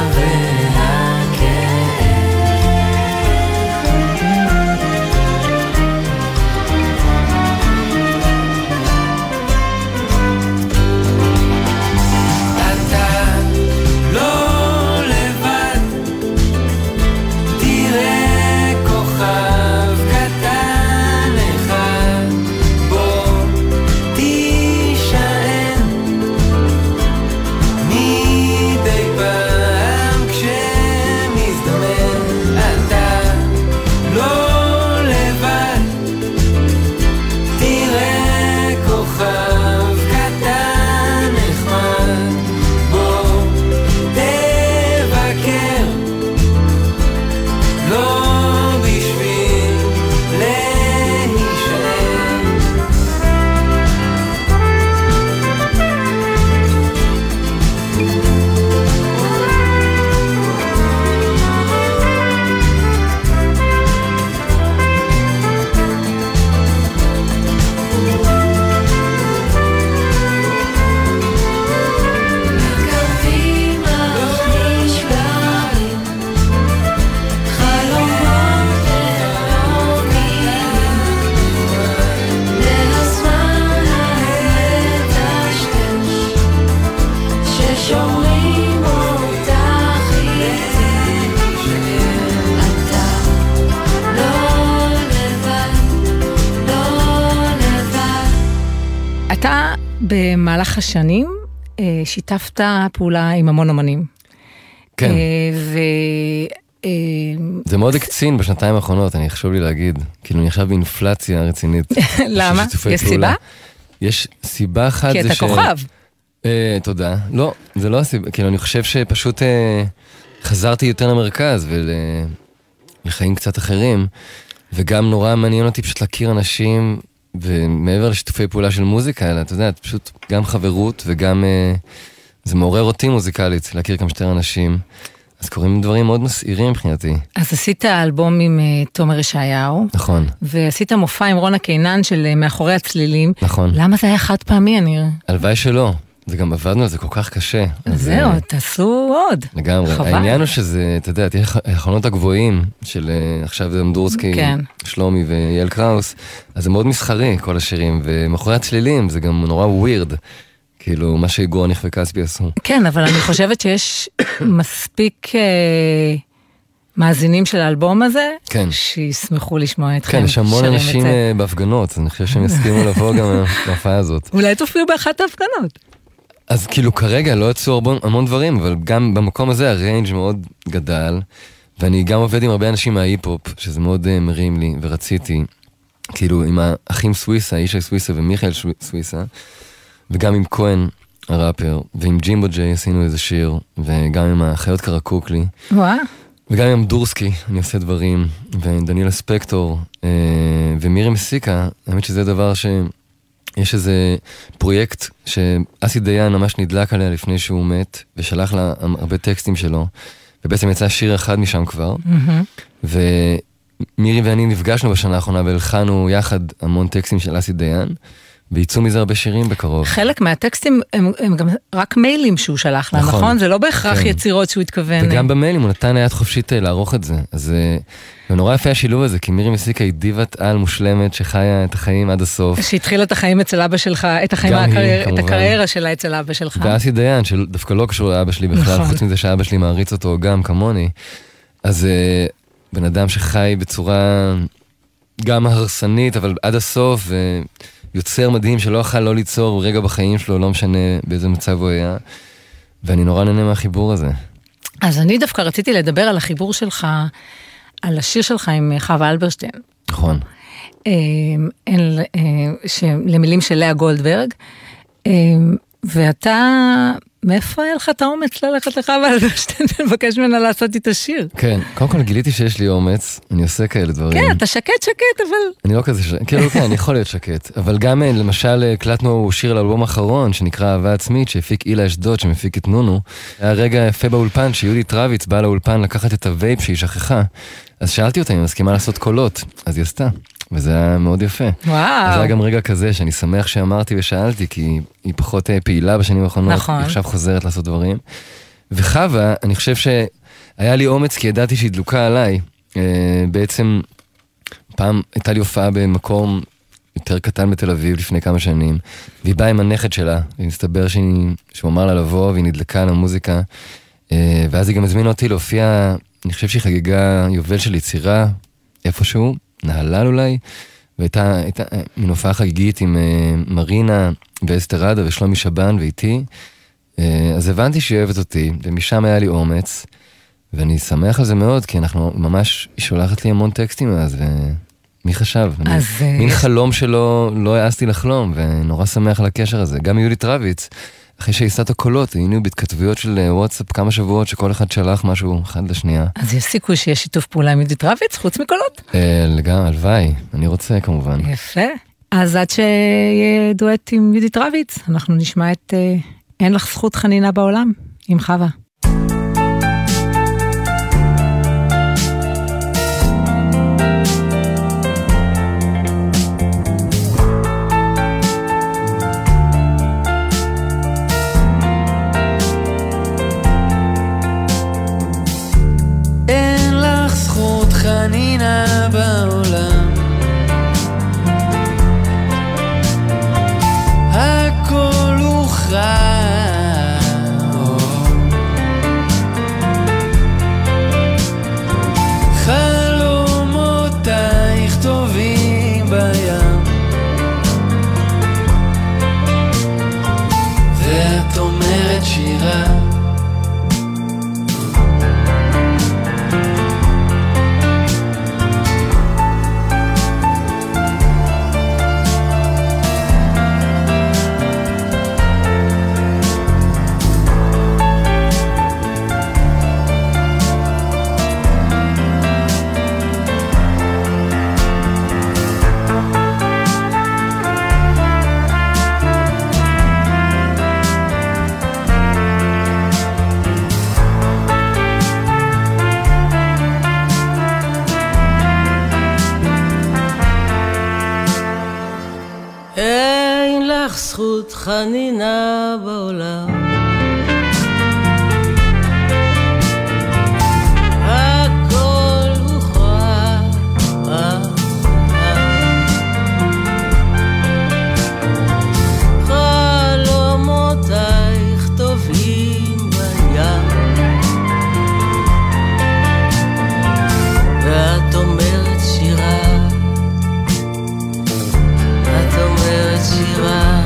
במהלך השנים שיתפת פעולה עם המון אומנים. כן. ו... זה מאוד הקצין בשנתיים האחרונות, אני חשוב לי להגיד. כאילו אני עכשיו באינפלציה רצינית. למה? יש סיבה? יש סיבה אחת זה ש... כי אתה כוכב. תודה. לא, זה לא הסיבה. כאילו אני חושב שפשוט חזרתי יותר למרכז ולחיים קצת אחרים, וגם נורא מעניין אותי פשוט להכיר אנשים... ומעבר לשיתופי פעולה של מוזיקה, אלא, אתה יודע, פשוט גם חברות וגם, אה, זה מעורר אותי מוזיקלית, להכיר כמה שתי אנשים, אז קוראים דברים מאוד מסעירים מבחינתי. אז עשית אלבום עם uh, תומר ישעיהו. נכון. ועשית מופע עם רונה קינן של uh, מאחורי הצלילים. נכון. למה זה היה חד פעמי, אני... הלוואי שלא. וגם עבדנו על זה כל כך קשה. זהו, תעשו עוד. לגמרי. חבל. העניין הוא שזה, אתה יודע, תהיה היכולות הגבוהים של עכשיו זה אמדורסקי, כן. שלומי ויאל קראוס, אז זה מאוד מסחרי כל השירים, ומאחורי הצלילים זה גם נורא ווירד, כאילו מה שגורניך וכספי עשו. כן, אבל אני חושבת שיש מספיק אה, מאזינים של האלבום הזה, כן. שישמחו לשמוע אתכם. כן, יש המון אנשים בהפגנות, אני חושב שהם יסכימו לבוא גם להופעה הזאת. אולי תופיעו באחת ההפגנות. אז כאילו כרגע לא יצאו המון דברים, אבל גם במקום הזה הריינג' מאוד גדל, ואני גם עובד עם הרבה אנשים מההיפ-הופ, שזה מאוד uh, מרים לי, ורציתי, כאילו עם האחים סוויסה, אישי סוויסה ומיכאל סוויסה, וגם עם כהן הראפר, ועם ג'ימבו ג'יי עשינו איזה שיר, וגם עם החיות קרקוקלי. וואה. וגם עם דורסקי, אני עושה דברים, ודניאל ספקטור, uh, ומירי מסיקה, האמת שזה דבר ש... יש איזה פרויקט שאסי דיין ממש נדלק עליה לפני שהוא מת, ושלח לה הרבה טקסטים שלו, ובעצם יצא שיר אחד משם כבר, ומירי ואני נפגשנו בשנה האחרונה, והלחנו יחד המון טקסטים של אסי דיין, וייצאו מזה הרבה שירים בקרוב. חלק מהטקסטים הם, הם גם רק מיילים שהוא שלח לה, נכון? נכון? זה לא בהכרח כן. יצירות שהוא התכוון. וגם במיילים הוא נתן היד חופשית לערוך את זה. אז זה נורא יפה השילוב הזה, כי מירי מסיקה היא דיבת על מושלמת שחיה את החיים עד הסוף. שהתחילה את החיים אצל אבא שלך, את החיים הקריירה, את הקריירה שלה אצל אבא שלך. ואסי דיין, שדווקא לא קשור לאבא שלי בכלל, נכון. חוץ מזה שאבא שלי מעריץ אותו גם כמוני. אז בן אדם שחי בצורה גם הרסנית, אבל עד הסוף, ו... יוצר מדהים שלא אכל לא ליצור רגע בחיים שלו, לא משנה באיזה מצב הוא היה, ואני נורא נהנה מהחיבור הזה. אז אני דווקא רציתי לדבר על החיבור שלך, על השיר שלך עם חווה אלברשטיין. נכון. למילים של לאה גולדברג, ואתה מאיפה היה לך את האומץ ללכת לך ואלברשטיין ולבקש ממנה לעשות איתה שיר? כן, קודם כל גיליתי שיש לי אומץ, אני עושה כאלה דברים. כן, אתה שקט שקט, אבל... אני לא כזה שקט, כן, כן, אני יכול להיות שקט, אבל גם למשל הקלטנו שיר לאלבום האחרון שנקרא אהבה עצמית, שהפיק אילה אשדוד, שמפיק את נונו. היה רגע יפה באולפן שיהודית רביץ באה לאולפן לקחת את הווייפ שהיא שכחה, אז שאלתי אותה אם היא מסכימה לעשות קולות, אז היא עשתה. וזה היה מאוד יפה. וואו. אז היה גם רגע כזה שאני שמח שאמרתי ושאלתי, כי היא פחות פעילה בשנים האחרונות, נכון. היא עכשיו חוזרת לעשות דברים. וחווה, אני חושב שהיה לי אומץ, כי ידעתי שהיא דלוקה עליי. בעצם, פעם הייתה לי הופעה במקום יותר קטן בתל אביב לפני כמה שנים, והיא באה עם הנכד שלה, והסתבר שהוא אמר לה לבוא, והיא נדלקה על המוזיקה, ואז היא גם הזמינה אותי להופיע, אני חושב שהיא חגיגה יובל של יצירה, איפשהו, נהלל אולי, והייתה הייתה, מין הופעה חגיגית עם uh, מרינה ואסתרדה ושלומי שבן ואיתי, uh, אז הבנתי שהיא אוהבת אותי, ומשם היה לי אומץ, ואני שמח על זה מאוד, כי אנחנו ממש, היא שולחת לי המון טקסטים אז, ומי חשב? אז... אני, מין חלום שלא לא העזתי לחלום, ונורא שמח על הקשר הזה. גם יהודית רביץ, אחרי שהיא את הקולות, היינו בהתכתבויות של וואטסאפ כמה שבועות שכל אחד שלח משהו אחד לשנייה. אז יש סיכוי שיש שיתוף פעולה עם יהודית רביץ, חוץ מקולות? אה, לגמרי, הלוואי, אני רוצה כמובן. יפה. אז עד שיהיה דואט עם יהודית רביץ, אנחנו נשמע את אה, אין לך זכות חנינה בעולם, עם חווה. חנינה בעולם, הכל הוכרע, חלומותייך טובים בים, ואת אומרת שירה, זכות חנינה בעולם, הכל הוכרע, חלומותייך טובים בים, ואת אומרת שירה, את אומרת שירה,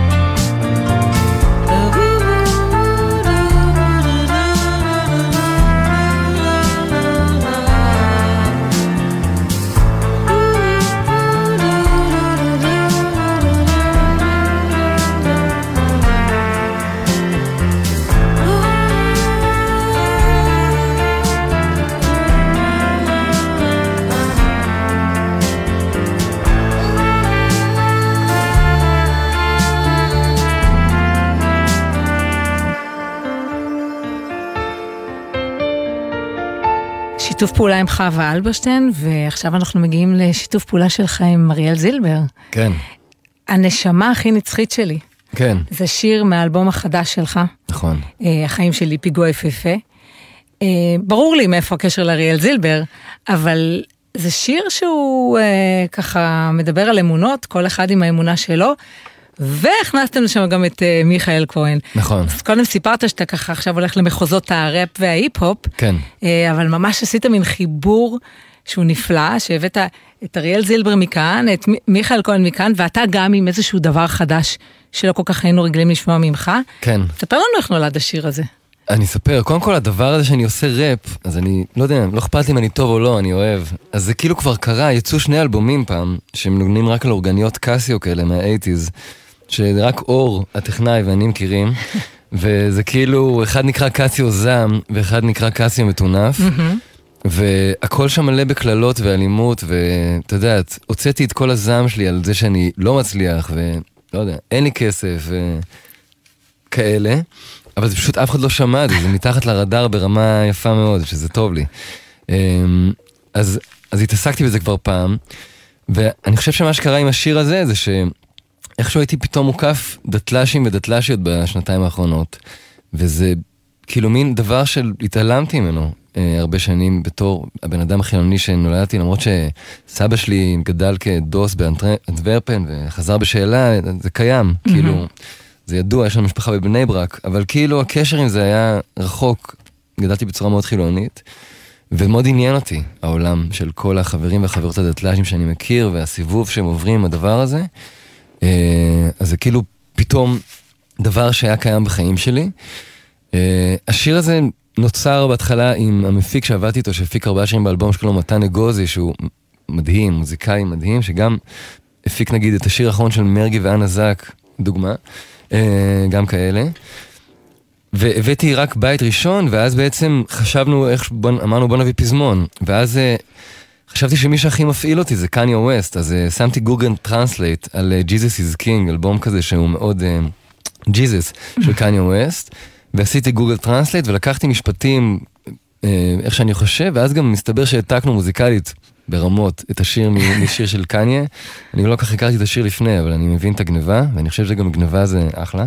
שיתוף פעולה עם חווה אלברשטיין, ועכשיו אנחנו מגיעים לשיתוף פעולה שלך עם אריאל זילבר. כן. הנשמה הכי נצחית שלי. כן. זה שיר מהאלבום החדש שלך. נכון. החיים שלי פיגוע יפהפה. ברור לי מאיפה הקשר לאריאל זילבר, אבל זה שיר שהוא ככה מדבר על אמונות, כל אחד עם האמונה שלו, והכנסתם לשם גם את uh, מיכאל כהן. נכון. אז קודם סיפרת שאתה ככה עכשיו הולך למחוזות הראפ וההיפ-הופ, כן. Uh, אבל ממש עשית מין חיבור שהוא נפלא, שהבאת את אריאל זילבר מכאן, את מיכאל כהן מכאן, ואתה גם עם איזשהו דבר חדש שלא כל כך היינו רגילים לשמוע ממך. כן. ספר לנו איך נולד השיר הזה. אני אספר, קודם כל הדבר הזה שאני עושה ראפ, אז אני לא יודע, לא אכפת לי אם אני טוב או לא, אני אוהב. אז זה כאילו כבר קרה, יצאו שני אלבומים פעם, שמנוגנים רק על אורגניות קסיו כאלה מה-שמונים, שרק אור, הטכנאי ואני מכירים, וזה כאילו, אחד נקרא קסיו זם, ואחד נקרא קסיו מטונף, והכל שם מלא בכללות ואלימות, ואתה יודע, הוצאתי את כל הזעם שלי על זה שאני לא מצליח, ולא יודע, אין לי כסף, וכאלה, אבל זה פשוט אף אחד לא שמע את זה, זה מתחת לרדאר ברמה יפה מאוד, שזה טוב לי. אז, אז התעסקתי בזה כבר פעם, ואני חושב שמה שקרה עם השיר הזה, זה שאיכשהו הייתי פתאום מוקף דתל"שים ודתל"שיות בשנתיים האחרונות, וזה כאילו מין דבר של התעלמתי ממנו אה, הרבה שנים בתור הבן אדם החילוני שנולדתי, למרות שסבא שלי גדל כדוס באנטוורפן וחזר בשאלה, זה קיים, mm-hmm. כאילו, זה ידוע, יש לנו משפחה בבני ברק, אבל כאילו הקשר עם זה היה רחוק, גדלתי בצורה מאוד חילונית, ומאוד עניין אותי העולם של כל החברים והחברות הדתל"שים שאני מכיר, והסיבוב שהם עוברים, הדבר הזה, אה, אז זה כאילו פתאום דבר שהיה קיים בחיים שלי, Uh, השיר הזה נוצר בהתחלה עם המפיק שעבדתי איתו, שהפיק ארבעה שירים באלבום שלו, מתן אגוזי, שהוא מדהים, מוזיקאי מדהים, שגם הפיק נגיד את השיר האחרון של מרגי ואנה זק, דוגמה, uh, גם כאלה. והבאתי רק בית ראשון, ואז בעצם חשבנו, איך, בוא, אמרנו בוא נביא פזמון, ואז uh, חשבתי שמי שהכי מפעיל אותי זה קניה ווסט, אז uh, שמתי גוגל טרנסלייט על uh, Jesus is King, אלבום כזה שהוא מאוד uh, Jesus של קניה ווסט, ועשיתי גוגל טרנסלייט ולקחתי משפטים איך שאני חושב, ואז גם מסתבר שהעתקנו מוזיקלית ברמות את השיר משיר של קניה. אני לא כך הכרתי את השיר לפני, אבל אני מבין את הגניבה, ואני חושב שגם גניבה זה אחלה.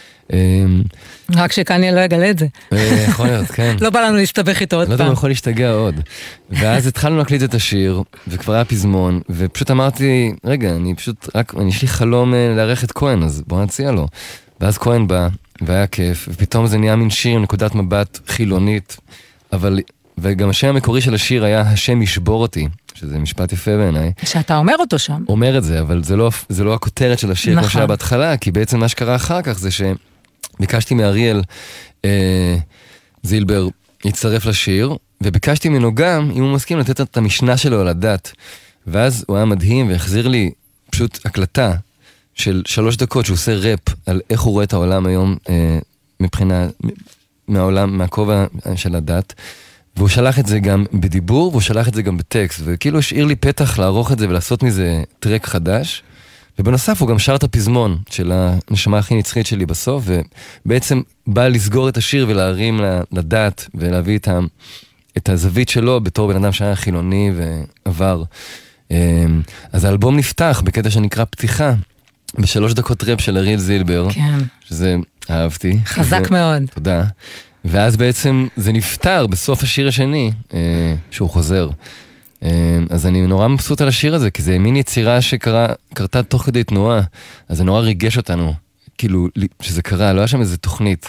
רק שקניה לא יגלה את זה. יכול להיות, כן. לא בא לנו להסתבך איתו עוד פעם. לא יודע, הוא יכול להשתגע עוד. ואז התחלנו להקליט את השיר, וכבר היה פזמון, ופשוט אמרתי, רגע, אני פשוט רק, יש לי חלום לערך את כהן, אז בוא נציע לו. ואז כהן בא, והיה כיף, ופתאום זה נהיה מין שיר עם נקודת מבט חילונית, אבל, וגם השם המקורי של השיר היה השם ישבור אותי, שזה משפט יפה בעיניי. שאתה אומר אותו שם. אומר את זה, אבל זה לא, זה לא הכותרת של השיר, נכון. כמו שהיה בהתחלה, כי בעצם מה שקרה אחר כך זה שביקשתי מאריאל אה, זילבר יצטרף לשיר, וביקשתי ממנו גם, אם הוא מסכים, לתת את המשנה שלו על הדת. ואז הוא היה מדהים והחזיר לי פשוט הקלטה, של שלוש דקות שהוא עושה ראפ על איך הוא רואה את העולם היום אה, מבחינה, מהעולם, מהכובע של הדת, והוא שלח את זה גם בדיבור, והוא שלח את זה גם בטקסט, וכאילו השאיר לי פתח לערוך את זה ולעשות מזה טרק חדש, ובנוסף הוא גם שר את הפזמון של הנשמה הכי נצחית שלי בסוף, ובעצם בא לסגור את השיר ולהרים לדת, ולהביא את, ה, את הזווית שלו בתור בן אדם שהיה חילוני ועבר. אה, אז האלבום נפתח בקטע שנקרא פתיחה, בשלוש דקות ראפ של אריאל זילבר, כן. שזה אהבתי. חזק זה, מאוד. תודה. ואז בעצם זה נפטר בסוף השיר השני, אה, שהוא חוזר. אה, אז אני נורא מבסוט על השיר הזה, כי זה מין יצירה שקרתה תוך כדי תנועה, אז זה נורא ריגש אותנו, כאילו, שזה קרה, לא היה שם איזה תוכנית.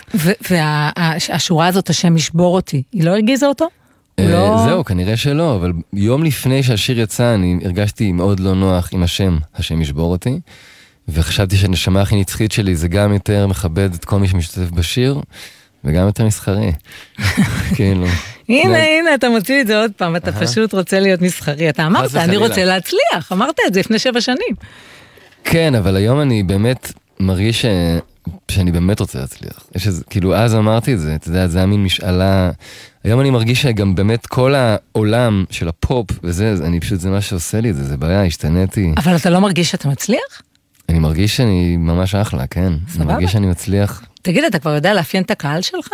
והשורה הזאת, השם ישבור אותי, היא לא הרגיזה אותו? אה, לא... זהו, כנראה שלא, אבל יום לפני שהשיר יצא, אני הרגשתי מאוד לא נוח עם השם, השם ישבור אותי. וחשבתי שהנשמה הכי נצחית שלי זה גם יותר מכבד את כל מי שמשתתף בשיר, וגם יותר מסחרי. כאילו. הנה, הנה, אתה מוציא את זה עוד פעם, אתה פשוט רוצה להיות מסחרי. אתה אמרת, אני רוצה להצליח, אמרת את זה לפני שבע שנים. כן, אבל היום אני באמת מרגיש שאני באמת רוצה להצליח. יש איזה, כאילו, אז אמרתי את זה, אתה יודע, זה היה מין משאלה. היום אני מרגיש שגם באמת כל העולם של הפופ, וזה, אני פשוט, זה מה שעושה לי את זה, זה בעיה, השתניתי. אבל אתה לא מרגיש שאתה מצליח? אני מרגיש שאני ממש אחלה, כן. סבבה. אני מרגיש שאני מצליח. תגיד, אתה כבר יודע לאפיין את הקהל שלך?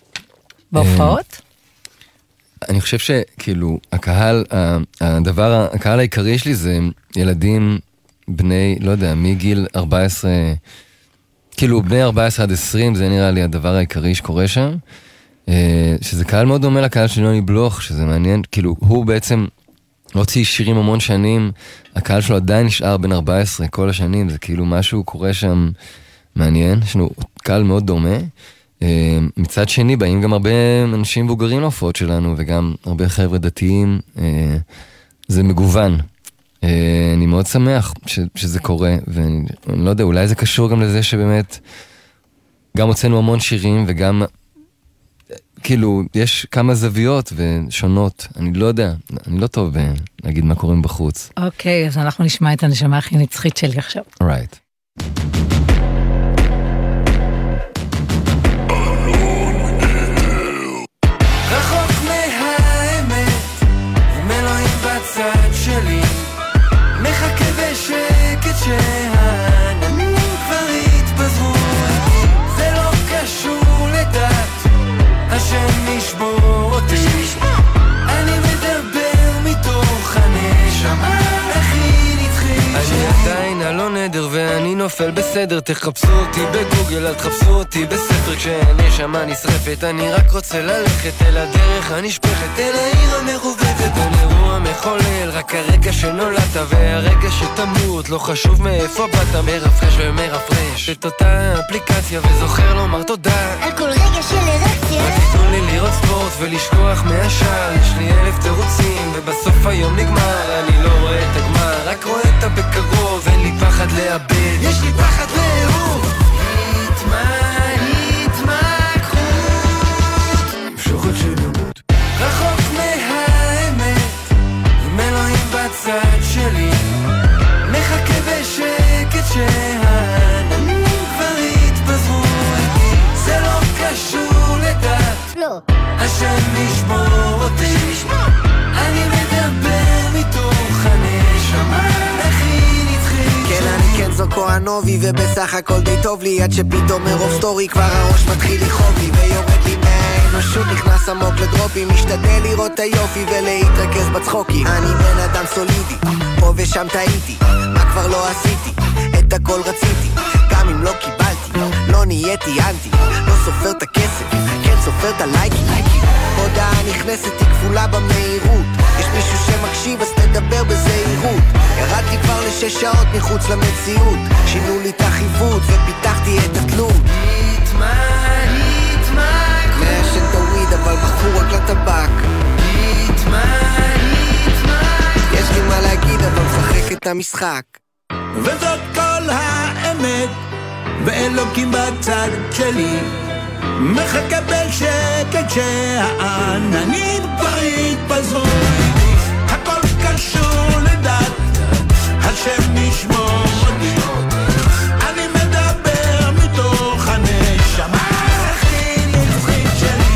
בהופעות? אני חושב שכאילו, הקהל, הדבר, הקהל העיקרי שלי זה ילדים בני, לא יודע, מגיל ארבע עשרה, כאילו בני ארבע עשרה עד עשרים, זה נראה לי הדבר העיקרי שקורה שם, שזה קהל מאוד דומה לקהל של יוני בלוך, שזה מעניין, כאילו, הוא בעצם הוציא שירים המון שנים, הקהל שלו עדיין נשאר בין ארבע עשרה כל השנים, זה כאילו משהו קורה שם מעניין, יש לנו קהל מאוד דומה. מצד שני, באים גם הרבה אנשים מבוגרים להופעות שלנו, וגם הרבה חבר'ה דתיים, זה מגוון. אני מאוד שמח שזה קורה, ואני לא יודע, אולי זה קשור גם לזה שבאמת, גם הוצאנו המון שירים, וגם כאילו, יש כמה זוויות ושונות, אני לא יודע, אני לא טוב להגיד מה קוראים בחוץ. אוקיי, אז אנחנו נשמע את הנשמה הכי נצחית שלי עכשיו. Right. בחדר, תחפשו אותי בגוגל, אל תחפשו אותי בספר. כשהנשמה נשרפת, אני רק רוצה ללכת אל הדרך הנשפכת, אל העיר המרובבת, אל אירוע מחולל, רק הרגע שנולדת והרגע שתמות, לא חשוב מאיפה באת, מרפרש ומרפרש את אותה אפליקציה וזוכר לומר תודה על כל רגע של ארקציה. תנו לי לראות ספורט ולשכוח מהשאר, יש לי אלף תירוצים ובסוף היום נגמר, אני לא רואה את הגמר, רק רואה את הבקרוב, אין לי פחד לאבד, יש לי פחד לאהוב. התמקחות, שוחד של ימות, רחוק מהאמת, עם אלוהים בצד שלי, מחכה בשקט שהעננים כבר התפזרו איתי, זה לא קשור לדת, לא, השם ישמור אותי, אני מדבר מתוך הנשמה, הכי נצחית. כן, אני כן זו כהנובי, ובסך הכל די טוב לי, עד שפתאום מרוב סטורי כבר הראש מתחיל לחוב לי, ויורד לי מהאנושות, נכנס עמוק לדרופים, משתדל לראות היופי ולהתרכז בצחוקים. אני בן אדם סולידי, פה ושם טעיתי, מה כבר לא עשיתי, את הכל רציתי, גם אם לא קיבלתי, לא נהייתי אנטי, לא סופר את הכסף, כן סופר את הלייקים. הודעה נכנסת היא כפולה במהירות, יש מישהו שמקשיב אז תדבר בזהירות. ירדתי כבר לשש שעות מחוץ למציאות, שינו לי את החיווט ופיתחתי את התלות. התמקחות, מעשן את הוויד אבל בחור רק לטבק. התמקחות, יש לי מה להגיד אבל משחק את המשחק. וזאת כל האמת, ואלוקים בצד שלי, מחכה בשקט שהעננים כבר התפזרו איתי, הכל קשור לדת, השם נשמור אותי, אני מדבר מתוך הנשמה, הכי נצחית שלי.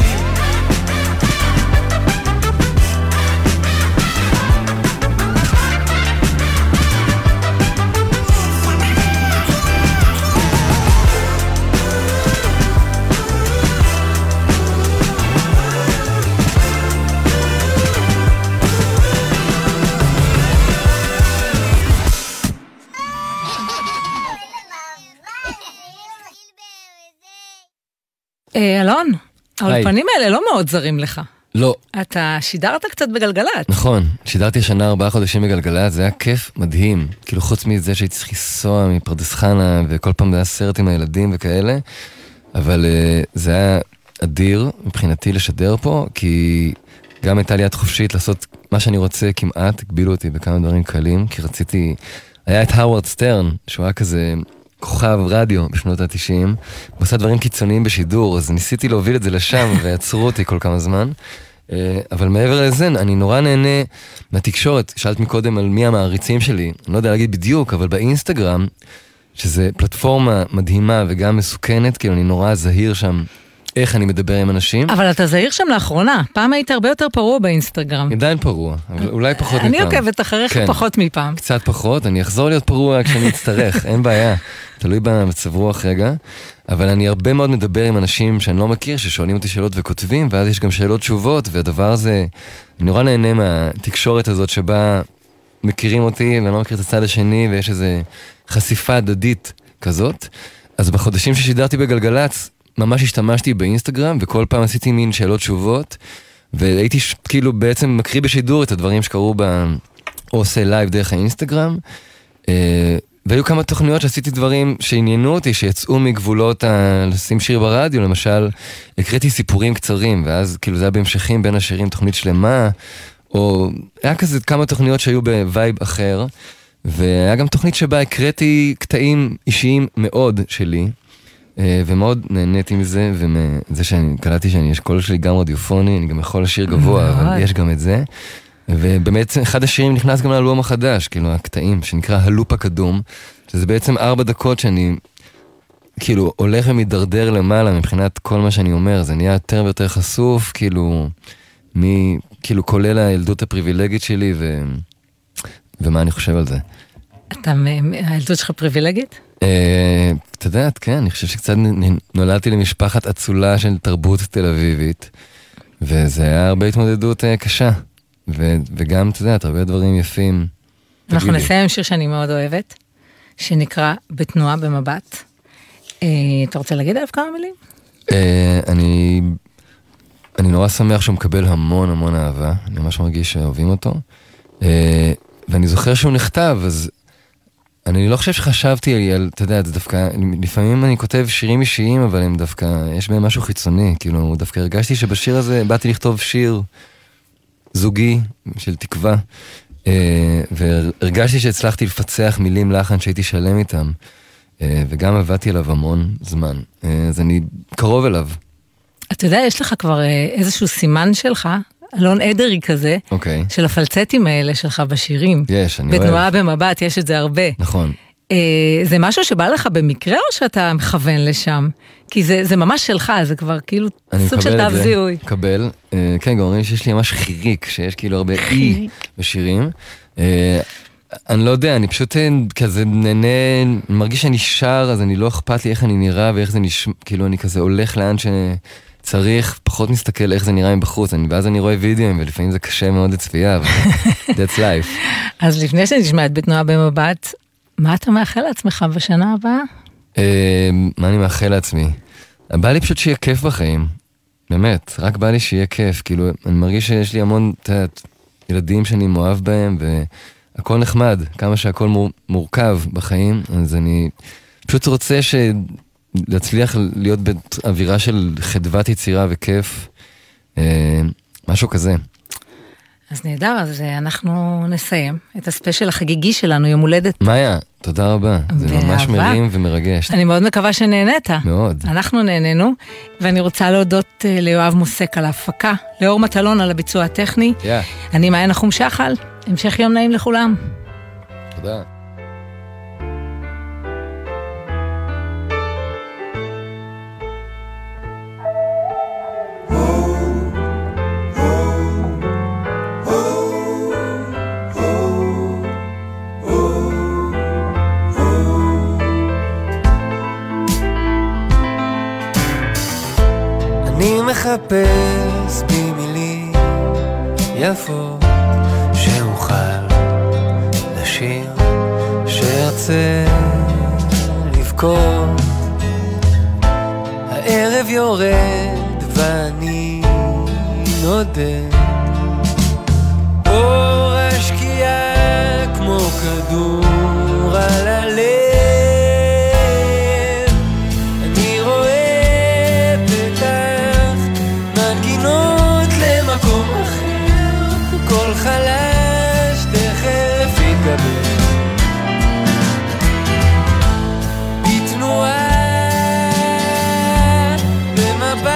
אלון, האולפנים האלה לא מאוד זרים לך. לא. אתה שידרת קצת בגלגלת. נכון, שידרתי השנה ארבעה חודשים בגלגלת, זה היה כיף מדהים. כאילו חוץ מזה שהייתי צריך לנסוע מפרדס חנה, וכל פעם זה היה סרט עם הילדים וכאלה, אבל uh, זה היה אדיר מבחינתי לשדר פה, כי גם הייתה לי יד חופשית לעשות מה שאני רוצה כמעט, הגבילו אותי בכמה דברים קלים, כי רציתי, היה את הווארד סטרן, שהוא היה כזה כוכב רדיו בשנות ה-תשעים, הוא עושה דברים קיצוניים בשידור, אז ניסיתי להוביל את זה לשם, ועצרו אותי כל כמה זמן. אבל מעבר לזה, אני נורא נהנה מהתקשורת. שאלת מקודם על מי המעריצים שלי, אני לא יודע להגיד בדיוק, אבל באינסטגרם, שזה פלטפורמה מדהימה וגם מסוכנת, כאילו אני נורא זהיר שם איך אני מדבר עם אנשים. אבל אתה זהיר שם לאחרונה, פעם היית הרבה יותר פרוע באינסטגרם. עדיין פרוע, אבל אולי פחות מפעם. אני עוקבת אחריך כן. פחות מפעם. קצת פחות, אני אחזור להיות פרוע כשאני אצטרך, אין בעיה. תלוי במצב רוח רגע. אבל אני הרבה מאוד מדבר עם אנשים שאני לא מכיר, ששואלים אותי שאלות וכותבים, ואז יש גם שאלות תשובות, והדבר הזה, אני נורא נהנה מהתקשורת הזאת שבה מכירים אותי, ואני לא מכיר את הצד השני, ויש איזו חשיפה הדדית כזאת. אז בחודשים ששידרתי בגלגלץ, ממש השתמשתי באינסטגרם, וכל פעם עשיתי מין שאלות תשובות, והייתי כאילו בעצם מקריא בשידור את הדברים שקרו ב... או עושה לייב דרך האינסטגרם, והיו כמה תוכניות שעשיתי דברים שעניינו אותי, שיצאו מגבולות ה... לשים שיר ברדיו, למשל, הקראתי סיפורים קצרים, ואז כאילו זה היה בהמשכים בין השירים תוכנית שלמה, או היה כזה כמה תוכניות שהיו בווייב אחר, והיה גם תוכנית שבה הקראתי קטעים אישיים מאוד שלי, ומאוד נהניתי מזה, ומזה שאני קלטתי שאני, יש קול שלי גם רדיופוני, אני גם יכול לשיר גבוה, אבל יש גם את זה. ובאמת אחד השירים נכנס גם לאלבום החדש, כאילו הקטעים, שנקרא הלופ הקדום, שזה בעצם ארבע דקות שאני כאילו הולך ומתדרדר למעלה מבחינת כל מה שאני אומר, זה נהיה יותר ויותר חשוף, כאילו, מי, כאילו כולל הילדות הפריבילגית שלי, ו, ומה אני חושב על זה. אתה, הילדות שלך פריבילגית? אתה יודעת, כן, אני חושב שקצת נולדתי למשפחת אצולה של תרבות תל אביבית, וזה היה הרבה התמודדות קשה. ו- וגם, אתה יודע, הרבה דברים יפים. אנחנו נסיים שיר שאני מאוד אוהבת, שנקרא בתנועה במבט. אתה רוצה להגיד עליו כמה מילים? אני אני נורא שמח שהוא מקבל המון המון אהבה, אני ממש מרגיש שאוהבים אותו, ואני זוכר שהוא נכתב, אז אני לא חושב שחשבתי על, אתה יודע, זה דווקא, לפעמים אני כותב שירים אישיים, אבל הם דווקא, יש בהם משהו חיצוני, כאילו, דווקא הרגשתי שבשיר הזה באתי לכתוב שיר זוגי של תקווה, והרגשתי שהצלחתי לפצח מילים לחן שהייתי שלם איתם, וגם עבדתי עליו המון זמן, אז אני קרוב אליו. אתה יודע, יש לך כבר איזשהו סימן שלך, אלון אדרי כזה, okay. של הפלצטים האלה שלך בשירים. יש, אני אוהב. בתנועה במבט, יש את זה הרבה. נכון. אה, זה משהו שבא לך במקרה, או שאתה מכוון לשם? כי זה, זה ממש שלך, זה כבר כאילו סוג של תו זיהוי. אני מקבל, אה, כן, גם אומרים שיש לי ממש חיריק, שיש כאילו הרבה אי בשירים. אה, אני לא יודע, אני פשוט כזה נהנה, מרגיש שאני שר, אז אני לא אכפת לי איך אני נראה, ואיך זה נשמע, כאילו אני כזה הולך לאן ש... צריך, פחות מסתכל איך זה נראה מבחוץ, אני, ואז אני רואה וידאוים, ולפעמים זה קשה מאוד לצפייה, אבל that's life. אז לפני שנשמע את בתנועה במבט, מה אתה מאחל לעצמך בשנה הבאה? מה אני מאחל לעצמי? בא לי פשוט שיהיה כיף בחיים, באמת, רק בא לי שיהיה כיף, כאילו, אני מרגיש שיש לי המון, תעת, ילדים שאני מאוהב בהם, והכל נחמד, כמה שהכל מורכב בחיים, אז אני פשוט רוצה ש... להצליח להיות באווירה של חדוות יצירה וכיף, אה, משהו כזה. אז נהדר, אז אנחנו נסיים את הספיישל החגיגי שלנו, יום הולדת. מאיה, תודה רבה, זה ממש מרים ומרגש. אני מאוד מקווה שנהנית. מאוד. אנחנו נהנינו, ואני רוצה להודות ליואב מוסק על ההפקה, לאור מטלון על הביצוע הטכני. Yeah. אני מאיה נחום שחל, המשך יום נעים לכולם. תודה. מחפש במילים יפות שאוכל לשיר, שארצה לבכות. הערב יורד ואני נודד, אור השקיעה כמו כדור על הלב. כל חלש תכף יתגבר בתנועה במבט,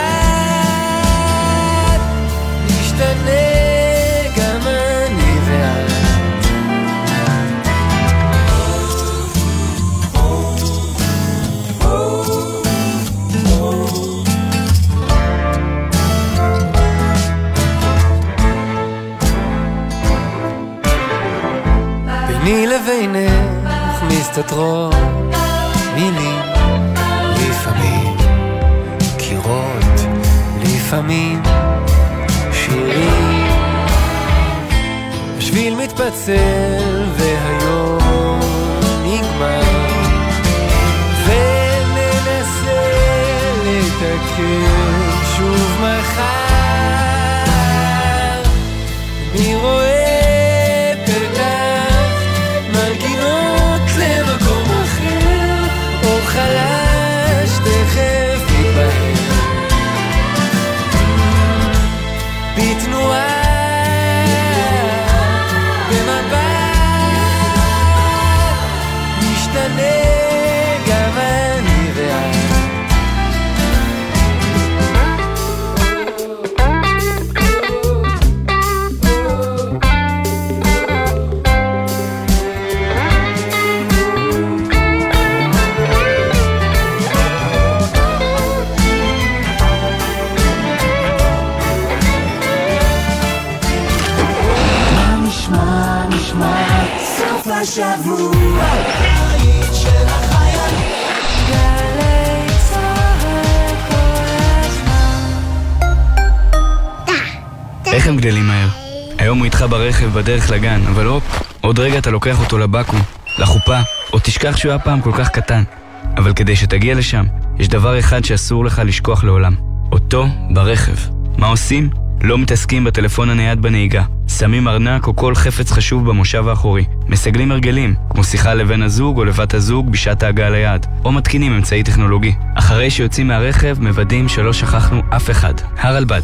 נשתנה גם אני ואת. ביני לבינך מסתתרות מילים, לפעמים קירות, לפעמים שירים. השביל מתפצל והיום נגמר, וננסה לתקן שוב מחר. אני רואה חלש תכף יתבהר בתנועה במבט, נשתנה גם אני ואת. השבוע היית של החיילים, גלי צהל כל הזמן. איך הם גדלים מהר? היום הוא איתך ברכב בדרך לגן, אבל הופ, עוד רגע אתה לוקח אותו לבקו. לחופה, או תשכח שהוא היה פעם כל כך קטן. אבל כדי שתגיע לשם, יש דבר אחד שאסור לך לשכוח לעולם. אותו ברכב. מה עושים? לא מתעסקים בטלפון הנייד בנהיגה. שמים ארנק או כל חפץ חשוב במושב האחורי. מסגלים הרגלים, כמו שיחה לבן הזוג או לבת הזוג בשעת ההגעה ליעד. או מתקינים אמצעי טכנולוגי. אחרי שיוצאים מהרכב, מוודאים שלא שכחנו אף אחד. הרלב"ד.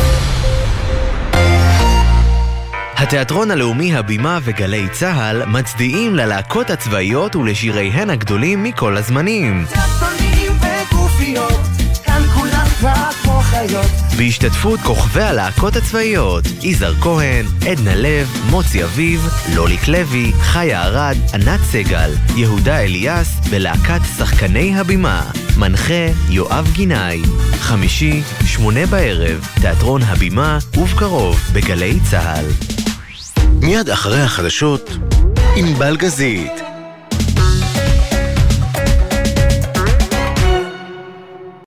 התיאטרון הלאומי הבימה וגלי צהל מצדיעים ללהקות הצבאיות ולשיריהן הגדולים מכל הזמנים. תיאטרונים וגופיות, כאן כולם כבר כמו חיות. בהשתתפות כוכבי הלהקות הצבאיות, יזהר כהן, עדנה לב, מוצי אביב, לוליק לוי, חיה ארד, ענת סגל, יהודה אליאס ולהקת שחקני הבימה. מנחה יואב גינאי. חמישי, שמונה בערב, תיאטרון הבימה ובקרוב בגלי צהל. מיד אחרי החדשות עם בלגזית.